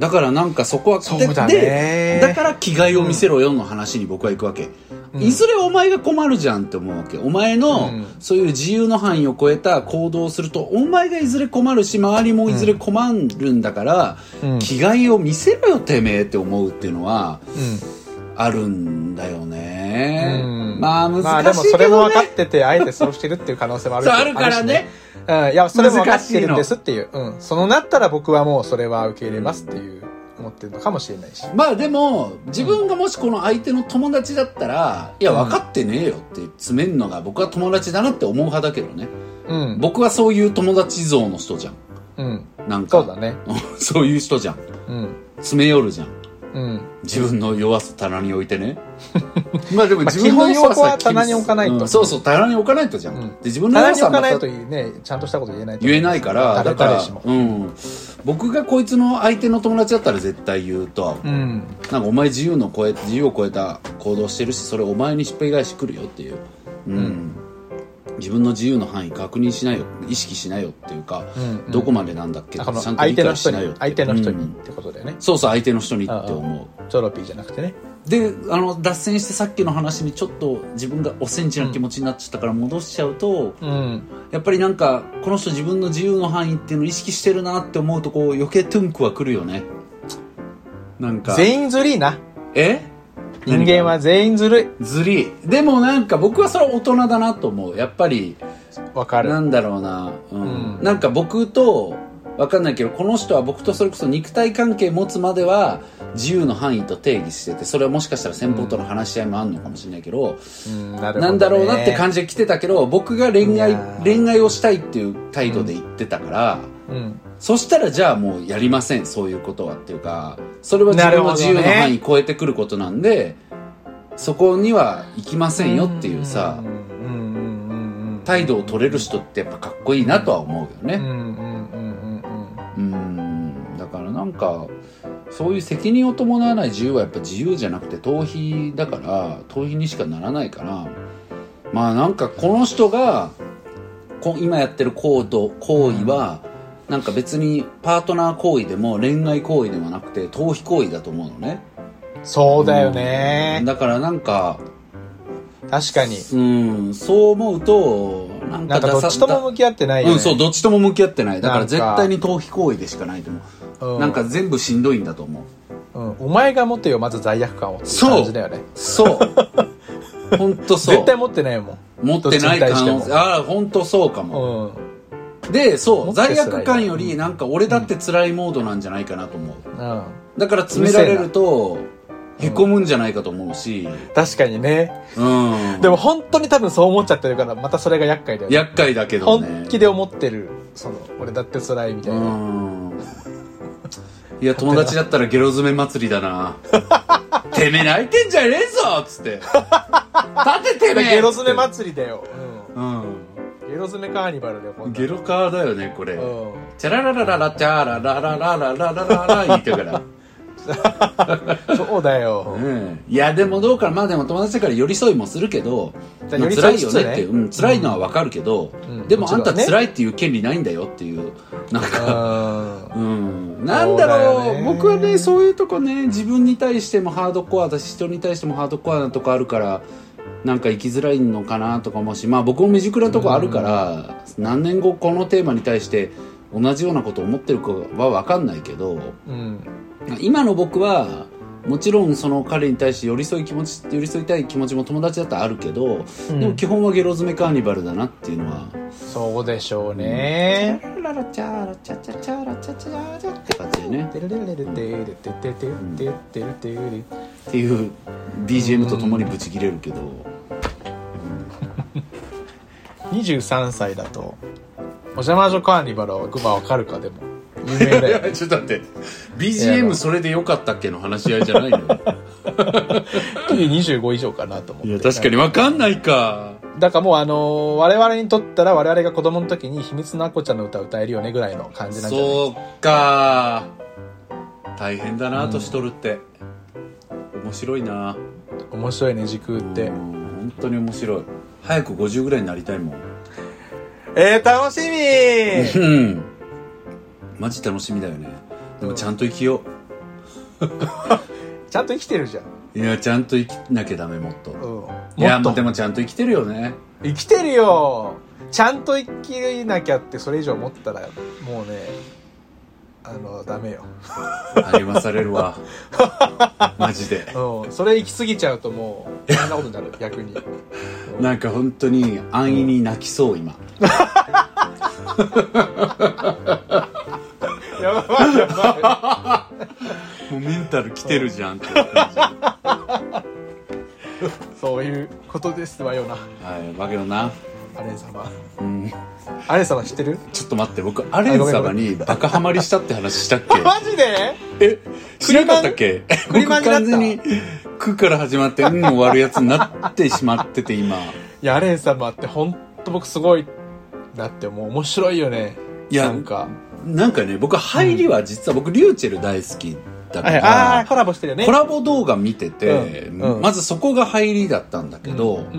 S2: だからなんかそこは
S1: そうだ
S2: ね。で、だから気概を見せろよの話に僕は行くわけ、うん、いずれお前が困るじゃんって思うわけ。お前のそういう自由の範囲を超えた行動をするとお前がいずれ困るし周りもいずれ困るんだから、うん、気概を見せろよてめえって思うっていうのは、うん、あるんだよね、うん、まあ難しいけどね。まあでも
S1: それも分かっててあえてそうしてるっていう可能性もある
S2: そうあるからね。
S1: うん、いや、それも分かってるんですっていう。うん。そのなったら僕はもうそれは受け入れますっていう、思ってるのかもしれないし。
S2: まあでも、自分がもしこの相手の友達だったら、いや、分かってねえよって詰めるのが僕は友達だなって思う派だけどね。うん。僕はそういう友達像の人じゃん。うん。なんか。
S1: そうだね。
S2: そういう人じゃん。うん。詰め寄るじゃん。うん、自分の弱さ棚に置いてねまあでも自分の弱さ
S1: は棚に置かないと、
S2: うん、そうそう棚に置かないとじゃん、うん、で自分の
S1: 弱さは棚に置かないとねちゃんとしたこと言えないと
S2: 言えないからだからうん、僕がこいつの相手の友達だったら絶対言うとは思う、うん、なんかお前自由の超え自由を超えた行動してるしそれお前にしっぺ返し来るよっていう、うんうん、自分の自由の範囲確認しないよ意識しないよっていうか、うんうん、どこまでなんだっけちゃんと理解しないよって
S1: 相手の人にってことだよね、
S2: うん、そうそう相手の人にって思
S1: うチョロピーじゃなくてね。
S2: であの脱線してさっきの話にちょっと自分がおセンチな気持ちになっちゃったから戻しちゃうと、うん、やっぱりなんかこの人自分の自由の範囲っていうのを意識してるなって思うとこう余計トゥンクは来るよね。なんか
S1: 全員ずりーな。
S2: え
S1: 人間は全員ずるい
S2: ずりでもなんか僕はそれは大人だなと思う。やっぱり
S1: わかる。
S2: なんだろうな、うんうん、なんか僕とわかんないけどこの人は僕とそれこそ肉体関係持つまでは自由の範囲と定義しててそれはもしかしたら先方との話し合いもあるのかもしれないけど、うん、なるほどね、なんだろうなって感じで来てたけど僕が恋愛恋愛をしたいっていう態度で言ってたから、うんうん、そしたらじゃあもうやりませんそういうことはっていうかそれは自分の自由の範囲超えてくることなんで、ね、そこには行きませんよっていうさ、うん、態度を取れる人ってやっぱかっこいいなとは思うよね。うん、だからなんかそういう責任を伴わない自由はやっぱ自由じゃなくて逃避だから逃避にしかならないからまあなんかこの人がこ今やってる行動行為はなんか別にパートナー行為でも恋愛行為でもなくて逃避行為だと思うのね。
S1: そうだよね、
S2: うん、だからなんか
S1: 確かに
S2: うんそう思うとなんか
S1: どっちとも向き合ってないよね。
S2: うんそうどっちとも向き合ってない。だから絶対に逃避行為でしかないと思う、うん、なんか全部しんどいんだと思
S1: う、うん、お前が持ってよまず罪悪感をっていう感じだよね。
S2: そう本当そう
S1: 絶対持ってないもん。
S2: 持ってない可能性ああ本当そうかも、うん、でそう罪悪感よりなんか俺だって辛いモードなんじゃないかなと思う、うん、だから詰められるとへこむんじゃないかと思うし、うん、
S1: 確かにね、うん、でも本当に多分そう思っちゃってるからまたそれが厄介だよね。
S2: 厄介だけどね
S1: 本気で思ってるその俺だって辛いみたいな、うん、
S2: いや友達だったらゲロ詰め祭りだなてめえ泣いてんじゃねえぞっつって立ててめえ
S1: ゲロ詰め祭りだよ、うん、うん、ゲロ詰めカーニバルだよ
S2: ゲロカーだよねこれ、うん、チャラララララチャラララララララララ言ってから
S1: そうだよ、
S2: うん、いやでもどうかなまあでも友達だから寄り添いもするけど、まあ、辛いよねって、うん、辛いのはわかるけど、うん、でもあんた辛いっていう権利ないんだよっていうなんか、うん、なんだろう、ね、僕はねそういうとこね自分に対してもハードコアだし人に対してもハードコアなとこあるからなんか生きづらいのかなとか思うしまあ僕も未熟なとこあるから何年後このテーマに対して同じようなことを思ってるかは分かんないけど、うん、今の僕はもちろんその彼に対して寄り添い気持ち寄り添いたい気持ちも友達だったらあるけど、うん、でも基本はゲロ詰めカーニバルだなっていうのは
S1: そうでしょうね。
S2: ララチャラチャチャチャラチャチャチャって感じでね。っていう ビージーエム とともにブチ切れるけど、
S1: うん、にじゅうさんさいだとお邪魔女カーニバルはグバわかるかでも有名だよ、ね、
S2: ちょっと待って ビージーエム それでよかったっけの話し合いじゃないのよ
S1: キーにじゅうご以上かなと思って。
S2: いや、確かに分かんないか。
S1: だからもうあのー、我々にとったら我々が子供の時に秘密のアッコちゃんの歌を歌えるよねぐらいの感じなんじゃない？
S2: そうか。大変だな、年取るって。面白いな。
S1: 面白いね、時空って。
S2: 本当に面白い。早くごじゅうぐらいになりたいもん。
S1: えー、楽しみ
S2: うん。マジ楽しみだよね。でもちゃんと生きよ
S1: う。ちゃんと生きてるじゃん。
S2: いや、ちゃんと生きなきゃダメ、もっと。
S1: うん、
S2: いや、でもちゃんと生きてるよね。
S1: 生きてるよ。ちゃんと生きなきゃってそれ以上思ったら、もうね、あの、ダメよ。
S2: 励まされるわ。マジで。
S1: うん。それ行き過ぎちゃうともう、そんなことになる、逆に。
S2: うん、なんか本当に安易に泣きそう、今。
S1: やばいやば
S2: い。もうメンタル来てるじゃんっていう感
S1: じ。そういうことですわよな。
S2: はい、わけよな。
S1: アレン様。
S2: うん。
S1: アレン様知ってる？
S2: ちょっと待って、僕アレン様にバカハマりしたって話したっけ？
S1: マジで？
S2: え、知らなかったっけ？僕完全にクから始まってうん終わるやつになってしまってて今。
S1: いや、アレン様って本当僕すごいなって、もう面白いよね。
S2: いや、なんかなんかね、僕入りは実は僕リューチェル大好きだから、
S1: ああコラボしてるよね。
S2: コラボ動画見てて、
S1: うんうん、
S2: まずそこが入りだったんだけど、うんうんうん、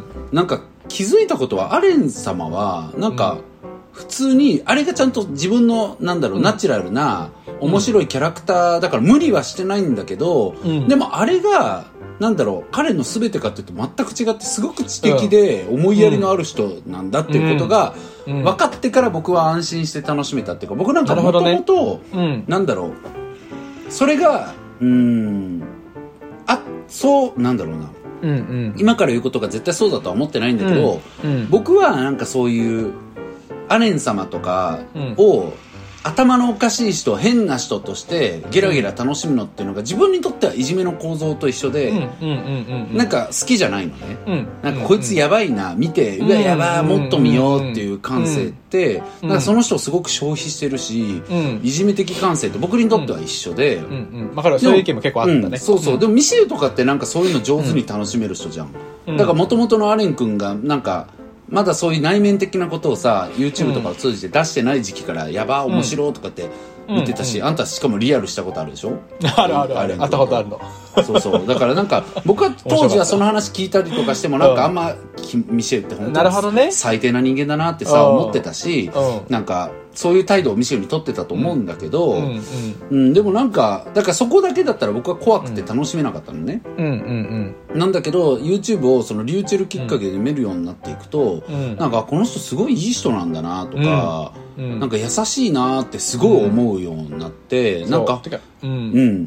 S2: なんか気づいたことはアレン様はなんか普通にあれがちゃんと自分のなんだろう、うん、ナチュラルな面白いキャラクターだから無理はしてないんだけど、うん、でもあれがなんだろう彼の全てかっていうと全く違ってすごく知的で思いやりのある人なんだっていうことが分かってから僕は安心して楽しめたっていうか、僕なんかもともとなんだろうそれがうーんあそうなんだろうな、うんうん、今から言うことが絶対そうだとは思ってないんだけど、うんうん、僕はなんかそういうアレン様とかを、うん、頭のおかしい人変な人としてゲラゲラ楽しむのっていうのが自分にとってはいじめの構造と一緒でなんか好きじゃないのね、うん、なんかこいつやばいな見て、うん、うわやばもっと見ようっていう感性って、うん、なんかその人をすごく消費してるし、うん、いじめ的感性って僕にとっては一緒で、うん
S1: うんうん、分かるそういう意見も結構あったね、うん、
S2: そうそう、でもミシェルとかってなんかそういうの上手に楽しめる人じゃん、うん、だから元々のアレン君がなんかまだそういう内面的なことをさ YouTube とかを通じて出してない時期からやば面白いとかって見てたし、うんうん、あんたしかもリアルしたことあるでしょ。
S1: あるあるある、あったことあるの。
S2: そうそう、だからなんか僕は当時はその話聞いたりとかしてもなんかあんまミシェルって本当に最低な人間だなってさ思ってたし、なんかそういう態度をミシェルに取ってたと思うんだけど、うんうんうん、でもなんかだからそこだけだったら僕は怖くて楽しめなかったのね、うんうんうん、なんだけど YouTube をそのリューチェルきっかけで見るようになっていくと、うん、なんかこの人すごいいい人なんだなとか、うん、なんか優しいなってすごい思うようになって、うん、なんかてか、
S1: うんうん、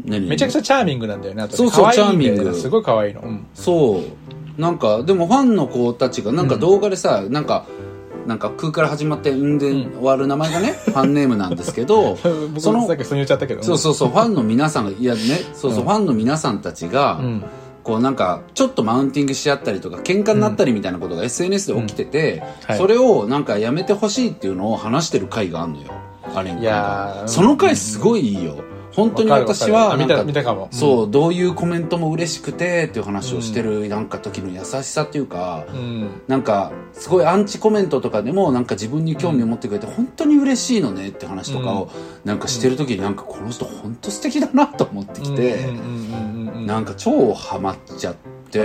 S1: 何めちゃくちゃチャーミングなんだよね。あとね、
S2: そうそう、チャーミング
S1: すごい可愛いの、うん、
S2: そうなんかでもファンの子たちがなんか動画でさ、うん、なんかなんか空から始まってんで終わる名前がね、うん、ファンネームなんですけど
S1: そのさっきそう言っちゃったけど、
S2: そうそうそうファンの皆さんがいやねそうそう、うん、ファンの皆さんたちが、うん、こうなんかちょっとマウンティングし合ったりとか喧嘩になったりみたいなことが エスエヌエス で起きてて、うんはい、それをなんかやめてほしいっていうのを話してる回があるのよ。あれ、いやその回すごいいいよ。本当に私はなんか
S1: 見たかも、
S2: そうどういうコメントも嬉しくてっていう話をしてるなんか時の優しさっていうか、うん、なんかすごいアンチコメントとかでもなんか自分に興味を持ってくれて本当に嬉しいのねって話とかをなんかしてる時になんかこの人本当素敵だなと思ってきて、なんか超ハマっちゃって。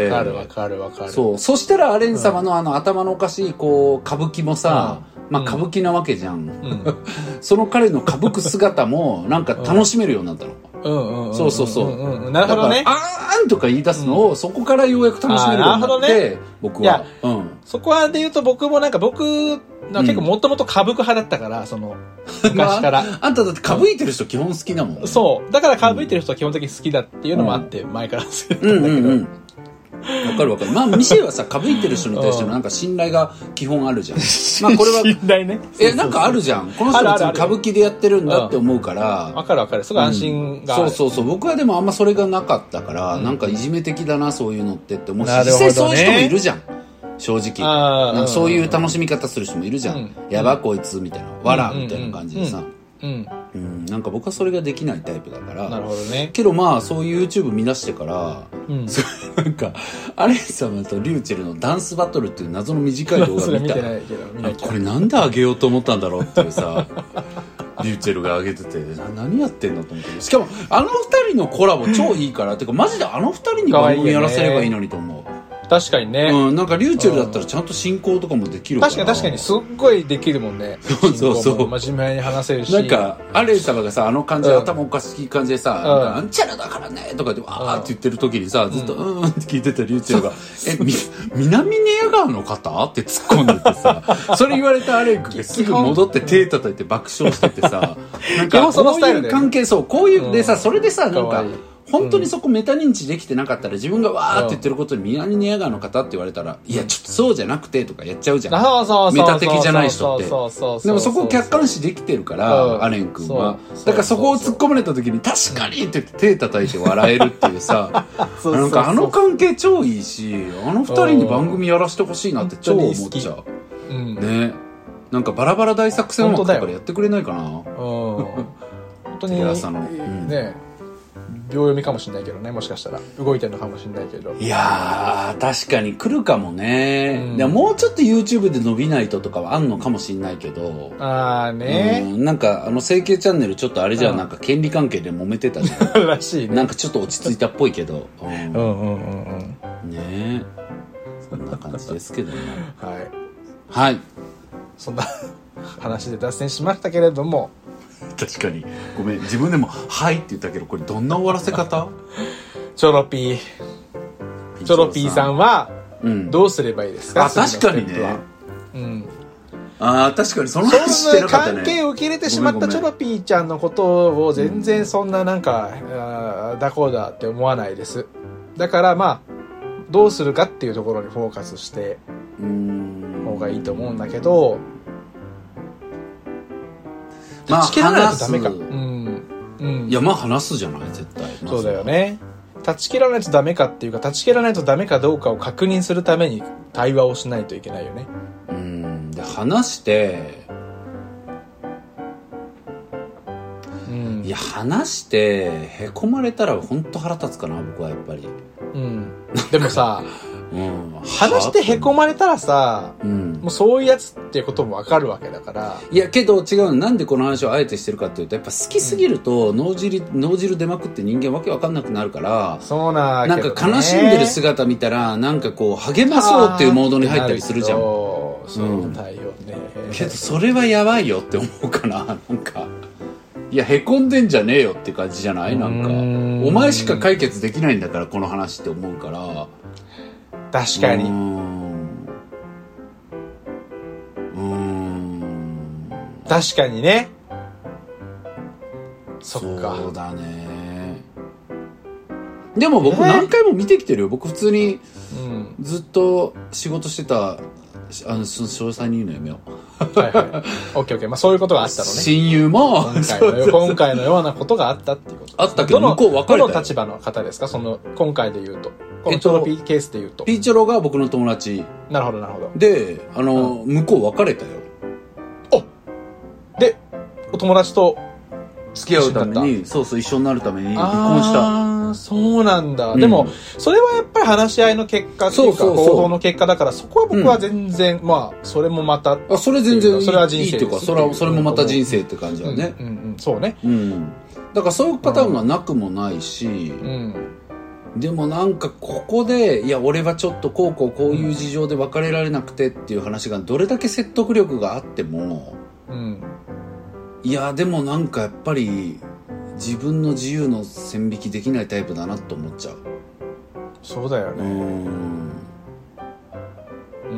S1: わかるわかるわかる。
S2: そう。そしたらアレン様のあの頭のおかしいこう歌舞伎もさ、うんまあ歌舞伎なわけじゃん、うん、その彼の歌舞伎姿もなんか楽しめるようになったの、うんうん、そうそうそう、うんうん、
S1: なるほどね。
S2: あーんとか言い出すのを、うん、そこからようやく楽しめるようになって、ね、僕は。いや、
S1: うん、そこはで言うと僕もなんか僕結構もともと歌舞伎派だったから、その昔から、ま
S2: あ、あんただって歌舞いてる人基本好きだもん、ね、
S1: そうだから歌舞いてる人は基本的に好きだっていうのもあって、うん、前から好きだったんだけど、うんうんうん
S2: わかるわかる。まあミシェルはさ歌舞いてる人に対してのなんか信頼が基本あるじゃん。まあこれは
S1: 信頼ね。
S2: えなんかあるじゃん。この人別に歌舞伎でやってるんだって思うから。
S1: わかるわかる。すごい安心がある、
S2: うん。そうそうそう。僕はでもあんまそれがなかったから、うん、なんかいじめ的だなそういうのってって思うし、実際そういう人もいるじゃん。正直。なんかそういう楽しみ方する人もいるじゃん。うん、やばこいつみたいな、わらみたいな感じでさ。
S1: うん
S2: うん、なんか僕はそれができないタイプだから。
S1: なるほどね。
S2: けどまあそういう YouTube 見出してから、
S1: うん、
S2: なんかアレン様とリューチェルのダンスバトルっていう謎の短い動画見た。
S1: それ見てないけど見ないけど。
S2: これなんで上げようと思ったんだろうっていうさリューチェルが上げててな何やってんのと思って。しかもあの二人のコラボ超いいからてかマジであの二人に番組やらせればいいのにと思う。
S1: 確かにね、
S2: うん、なんかリューチェルだったらちゃんと進行とかもできるから、
S1: 確かに確かにすっごいできるもんね。
S2: そうそうそう
S1: 真面目に話せるし、
S2: なんかアレン様がさあの感じで、うん、頭おかしい感じでさ、うん、なんかなんちゃらだからねとかでわーって言ってる時にさずっとうんって聞いてたリューチェルが、うん、えみ南寝屋川の方って突っ込んでてさそれ言われたアレン君がすぐ戻って手叩いて爆笑しててさなんかこういう関係そうこういう、うん、でさそれでさなんか本当にそこメタ認知できてなかったら自分がわーって言ってることに南寝屋川の方って言われたら、いやちょっとそうじゃなくてとかやっちゃうじゃん。メタ的じゃない人って。でもそこを客観視できてるから、アレン君は。だからそこを突っ込まれた時に確かにって言って手叩いて笑えるっていうさ、なんかあの関係超いいし、あの二人に番組やらせてほしいなって超思っちゃう。ね。なんかバラバラ大作戦枠とかでやってくれないかな。本
S1: 当に。ね。秒読みかもしれないけどね、もしかしたら動いてるのかもしれないけど。
S2: いやー確かに来るかもね、うん、でももうちょっと YouTube で伸びないととかはあんのかもしれないけど、
S1: あーね、
S2: うん、なんかあの整形チャンネルちょっとあれじゃ、うん、なんか権利関係で揉めてたじゃん
S1: らしいね。
S2: なんかちょっと落ち着いたっぽいけど、うん、
S1: うんうんうんうん
S2: ねえそんな感じですけどね
S1: はい
S2: はい
S1: そんな話で脱線しましたけれども、
S2: 確かにごめん自分でも「はい」って言ったけどこれどんな終わらせ方？
S1: チョロピーチョロピーさんはどうすればいいですか？
S2: あ確かにね、
S1: うん、
S2: あ確かにその話してなかったね。
S1: 関係を受け入れてしまったチョロピーちゃんのことを全然そんななんか、うん、だこうだって思わないです。だからまあどうするかっていうところにフォーカスして方がいいと思うんだけど、
S2: まあ、
S1: 断ち切らないとダメか、うん
S2: うん、いやまあ話すじゃない絶対、ま、
S1: そうだよね。断ち切らないとダメかっていうか断ち切らないとダメかどうかを確認するために対話をしないといけないよね。
S2: うんで話して、うん、いや話してへこまれたら本当腹立つかな僕はやっぱり、
S1: うん、でもさうん、話してへこまれたらさ、うん、もうそういうやつっていうことも分かるわけだから。
S2: いやけど違う、なんでこの話をあえてしてるかっていうとやっぱ好きすぎると脳汁、うん、脳汁出まくって人間わけわかんなくなるから、
S1: そうな、
S2: なんか悲しんでる姿見たらなんかこう励まそうっていうモードに入ったりするじゃん。
S1: そうだよね、
S2: うん、けどそれはやばいよって思うかな。なんかいやへこんでんじゃねえよって感じじゃない？なんかお前しか解決できないんだからこの話って思うから。
S1: 確かに。うー
S2: んうーん
S1: 確かにね。そっか。
S2: そうだね。でも僕何回も見てきてるよ。僕普通にずっと仕事してた、あの詳細に言うのやめよ
S1: う。はいはい。オッケーオッケー。まあそういうことがあったのね。
S2: 親友も
S1: 今回のよ今回のようなことがあったっていうことです、ね。
S2: あったけど向こう別れたよ。
S1: どの立場の方ですか？その今回で言うと。このチョロピーケースで言うと、
S2: ピーチョロが僕の友達。
S1: なるほどなるほど。
S2: で、あの、うん、向こう別れたよ。
S1: おで、お友達と
S2: 付き合うために、そうそう一緒になるために離婚した。
S1: ああ、そうなんだ、うん。でもそれはやっぱり話し合いの結果っていうか行動の結果だから、そこは僕は全然、うん、まあそれもまた、
S2: あそれ全然いい、
S1: それは人生
S2: いいっていうか、それはそれもまた人生って感じだね。
S1: うんうんうん、そうね。
S2: うん。だからそういうパターンがなくもないし。うんでもなんかここでいや俺はちょっとこうこうこういう事情で別れられなくてっていう話がどれだけ説得力があっても、うん、いやでもなんかやっぱり自分の自由の線引きできないタイプだなと思っちゃう。
S1: そうだよね。うん、
S2: うん、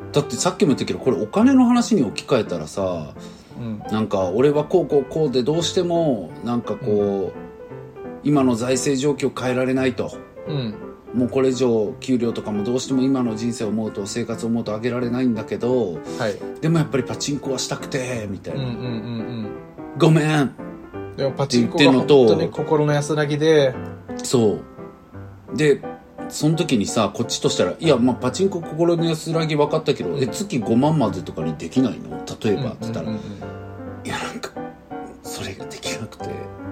S2: だってさっきも言ったけどこれお金の話に置き換えたらさ、うん、なんか俺はこうこうこうでどうしてもなんかこう、うん今の財政状況変えられないと、うん、もうこれ以上給料とかもどうしても今の人生を思うと生活を思うと上げられないんだけど、はい、でもやっぱりパチンコはしたくてみたいな、うんうんうんうん、ごめん
S1: でもパチンコが本当に心の安らぎで
S2: そうでその時にさこっちとしたらいや、まあ、パチンコ心の安らぎ分かったけど、うん、え月ごまんまでとかにできないの例えばって言ったら、うんうんうんうん、いやなんかそれができなくて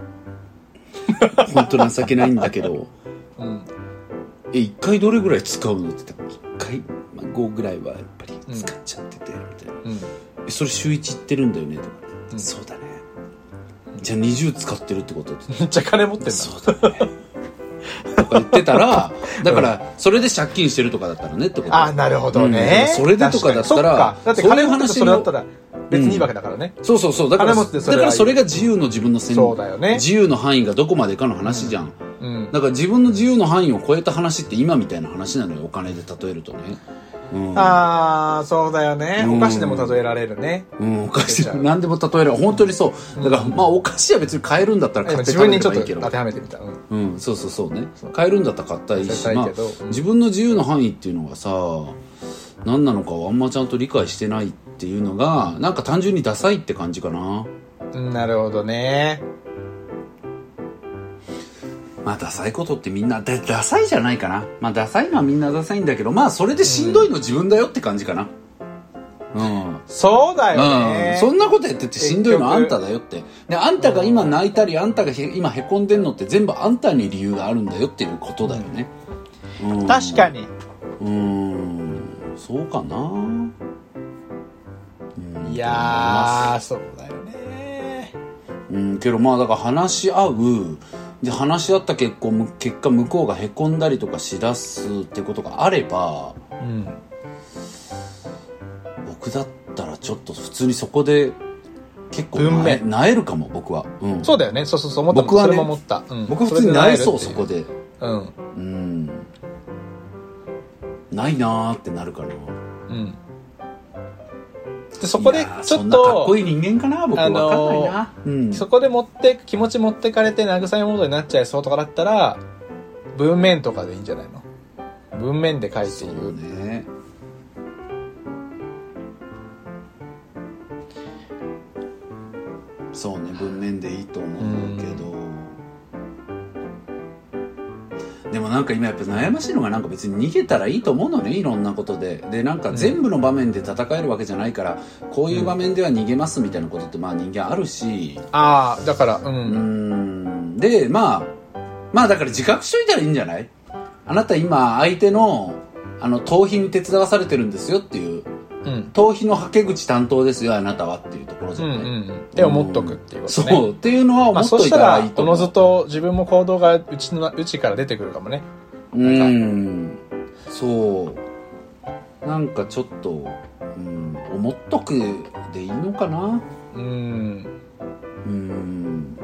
S2: 本当情けないんだけど、うん、えいっかいどれぐらい使うのって言ったらいっかい、まあ、ごぐらいはやっぱり使っちゃってて、みたいな、うん、えそれ週いち行ってるんだよねとか、うん、そうだね、じゃあにじゅう使ってるってことって
S1: めっちゃ金持ってんだ。
S2: そうだねとか言ってたら、だからそれで借金してるとかだったらねってこと。
S1: ああなるほどね、
S2: うん、それでとかだったら、
S1: だって金持ってそれだったら別にいいわけだからね、
S2: うん、そうそうそう、だからだからそれが自由の自分の線、そうだよね、自由の範囲がどこまでかの話じゃん、うんうん、だから自分の自由の範囲を超えた話って今みたいな話なのよ、お金で例えるとね、うん、あ
S1: あそうだよね、うん、お菓子でも例えられるね、
S2: うん、お菓子で何でも例えられる、本当にそう、だから、うん、まあお菓子は別に買えるんだったら買って食べればいいけど、
S1: 自分にちょっと当てはめてみた、うん、
S2: うん、そうそうそうね、買えるんだったら買ったらいいし、まあ、自分の自由の範囲っていうのがさ何なのかをあんまちゃんと理解してないっていうのがなんか単純にダサいって感じかな。
S1: なるほどね。
S2: まあダサいことってみんなだダサいじゃないかな。まあダサいのはみんなダサいんだけど、まあそれでしんどいの自分だよって感じかな。うん、
S1: そうだよね、
S2: うん、そんなことやっててしんどいのあんただよって。であんたが今泣いたりあんたがへ今へこんでんのって全部あんたに理由があるんだよっていうことだよね、
S1: うん、確かに。
S2: うーんそうかな、うん、
S1: いやーそうだよね。
S2: うんけどまあだから話し合うで話し合った結構結果向こうがへこんだりとかしだすってことがあれば、うん、僕だったらちょっと普通にそこで結構なえ、なえるかも僕は、うん、
S1: そうだよね。そうそうそう思った僕はね、それも思った、うん、
S2: 僕は普通になえそうそこで
S1: うん、
S2: うん、ないなーってなるかな。うん
S1: でそこでちょっとそん
S2: なかっこいい人間かな僕、あのー、分かんないな、
S1: うん、そこで持って気持ち持ってかれて慰めモードになっちゃいそうとかだったら文面とかでいいんじゃないの。文面で書いている。
S2: そうね。そうね文面でいいと思うけど、でもなんか今やっぱ悩ましいのがなんか別に逃げたらいいと思うのね、いろんなことで。でなんか全部の場面で戦えるわけじゃないから、こういう場面では逃げますみたいなことってまあ人間あるし、
S1: ああだからうん、
S2: うんでまあまあだから自覚しといたらいいんじゃない。あなた今相手のあの逃避に手伝わされてるんですよっていう、うん、逃避のはけ口担当ですよあなたはっていうところじゃない、うんうん、
S1: って思っとくっていうことね。
S2: そうっていうのは思っといたらいいと思う。
S1: まあ、そしたらおのずと自分も行動がうちのうちから出てくるかもね。
S2: うんそうなんかちょっと、うん、思っとくでいいのかな。うんうん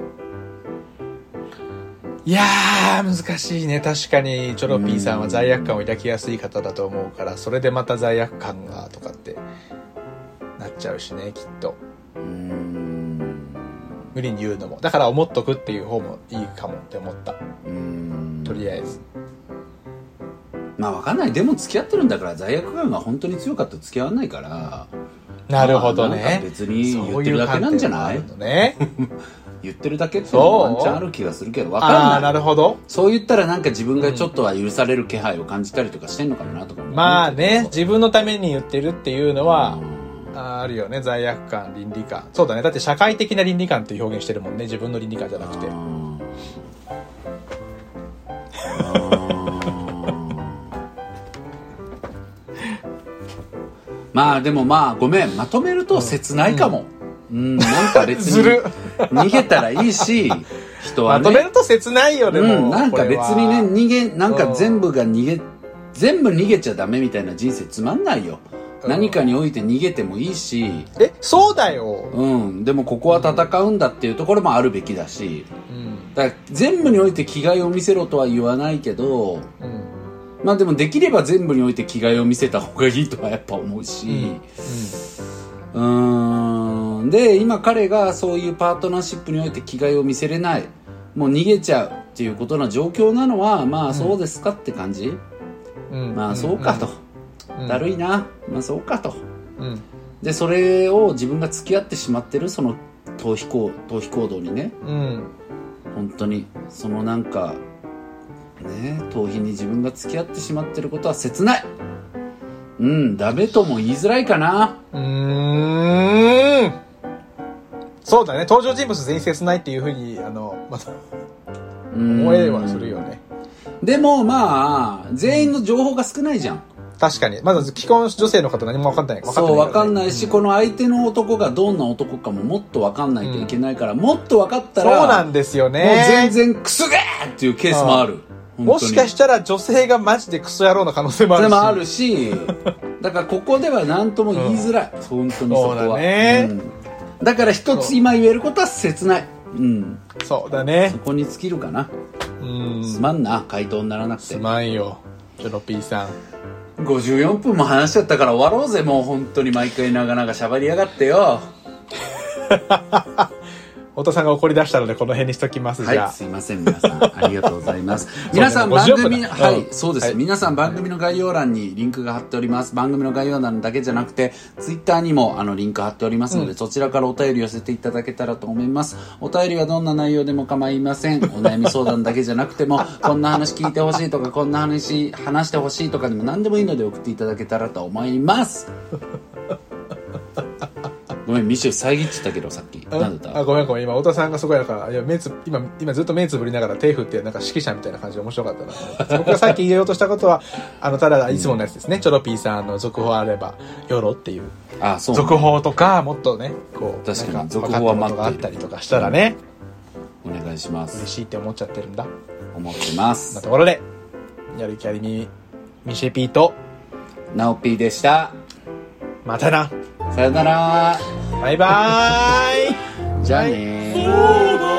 S1: いやー難しいね。確かにチョロピーさんは罪悪感を抱きやすい方だと思うから、それでまた罪悪感がとかってなっちゃうしねきっと。うーん無理に言うのもだから思っとくっていう方もいいかもって思った。うーんとりあえず
S2: まあ分かんない。でも付き合ってるんだから罪悪感が本当に強かったら付き合わないから。
S1: なるほどね、まあ、
S2: 別に言ってるだけなんじゃない。そういうね言ってるだけっていうのもワンチャンある気がするけど分かんない。
S1: あなるほど。
S2: そう言ったらなんか自分がちょっとは許される気配を感じたりとかしてんのかなとか思う。
S1: まあね自分のために言ってるっていうのはあるよね。罪悪感倫理観そうだね。だって社会的な倫理観っていう表現してるもんね、自分の倫理観じゃなくて。
S2: まあでもまあごめんまとめると切ないかも、うんうん、なんか別に逃げたらいいし人はね
S1: まとめると切ないよでも、
S2: うん、なんか別にね逃げなんか全部が逃げ全部逃げちゃダメみたいな人生つまんないよ、うん、何かにおいて逃げてもいいし
S1: えそうだよ、
S2: うん、でもここは戦うんだっていうところもあるべきだし、うん、だから全部において気概を見せろとは言わないけど、うんまあでもできれば全部において気概を見せた方がいいとはやっぱ思うし、うん、うーんで今彼がそういうパートナーシップにおいて気概を見せれないもう逃げちゃうっていうことな状況なのはまあそうですかって感じ、うん、まあそうかと、うん、だるいなまあそうかと、うん、でそれを自分が付き合ってしまってるその逃避行逃避行動にね、うん、本当にそのなんかね、逃避に自分が付き合ってしまってることは切ない。うんダメとも言いづらいかな。
S1: うーんそうだね。登場人物全員切ないっていうふうに、あの、また、思えはするよね。
S2: でも、まあ、全員の情報が少ないじゃん。
S1: 確かに。まず、既婚女性の方何も分かんない。
S2: 分かんない、ね。そう、分かんないし、うん、この相手の男がどんな男かももっと分かんないといけないから、うん、もっと分かったら、
S1: そうなんですよね。
S2: もう全然クソげーっていうケースもある。
S1: もしかしたら女性がマジでクソ野郎の可能性もあるし。
S2: それもあるし、だからここでは何とも言いづらい。うん、本当にそこは。そうだね。うん、だから一つ今言えることは切ない。うん。
S1: そうだね。
S2: そこに尽きるかな。うん。すまんな、回答にならなくて。
S1: すまんよ、チョロピーさ
S2: ん。ごじゅうよんぷんも話しちゃったから終わろうぜ、もう本当に毎回長々喋りやがってよ。
S1: 太田さんが怒り出したのでこの辺にしときます。
S2: はい、
S1: じゃあ
S2: すいません皆さんありがとうございます。皆さん番組、はい、そうです、はい、皆さん番組の概要欄にリンクが貼っております。番組の概要欄だけじゃなくてツイッターにもあのリンク貼っておりますので、うん、そちらからお便り寄せていただけたらと思います。お便りはどんな内容でも構いません。お悩み相談だけじゃなくてもこんな話聞いてほしいとかこんな話話してほしいとかでも何でもいいので送っていただけたらと思います。ごめん、ミシュ遮っちゃったけどさっき何だった？
S1: あ、ごめんごめん、今太田さんがすごいなんかいや目つ今今ずっと目つぶりながら手振ってなんか指揮者みたいな感じで面白かったな。僕がさっき言おうとしたことはあのただいつものやつですね、うん、チョロピーさんの続報あればよろっていう、
S2: あ、そう、
S1: ね、続報とかもっとねこう
S2: 確かに続報は待ってる
S1: あったりとかしたらね、
S2: うん、お願いします。
S1: 嬉しいって思っちゃってるんだ。
S2: 思ってます。
S1: なところでやる気ありみミシェピーと
S2: ナオピーでした。
S1: またな。
S2: さよなら。
S1: バイバーイ。
S2: じゃあねー。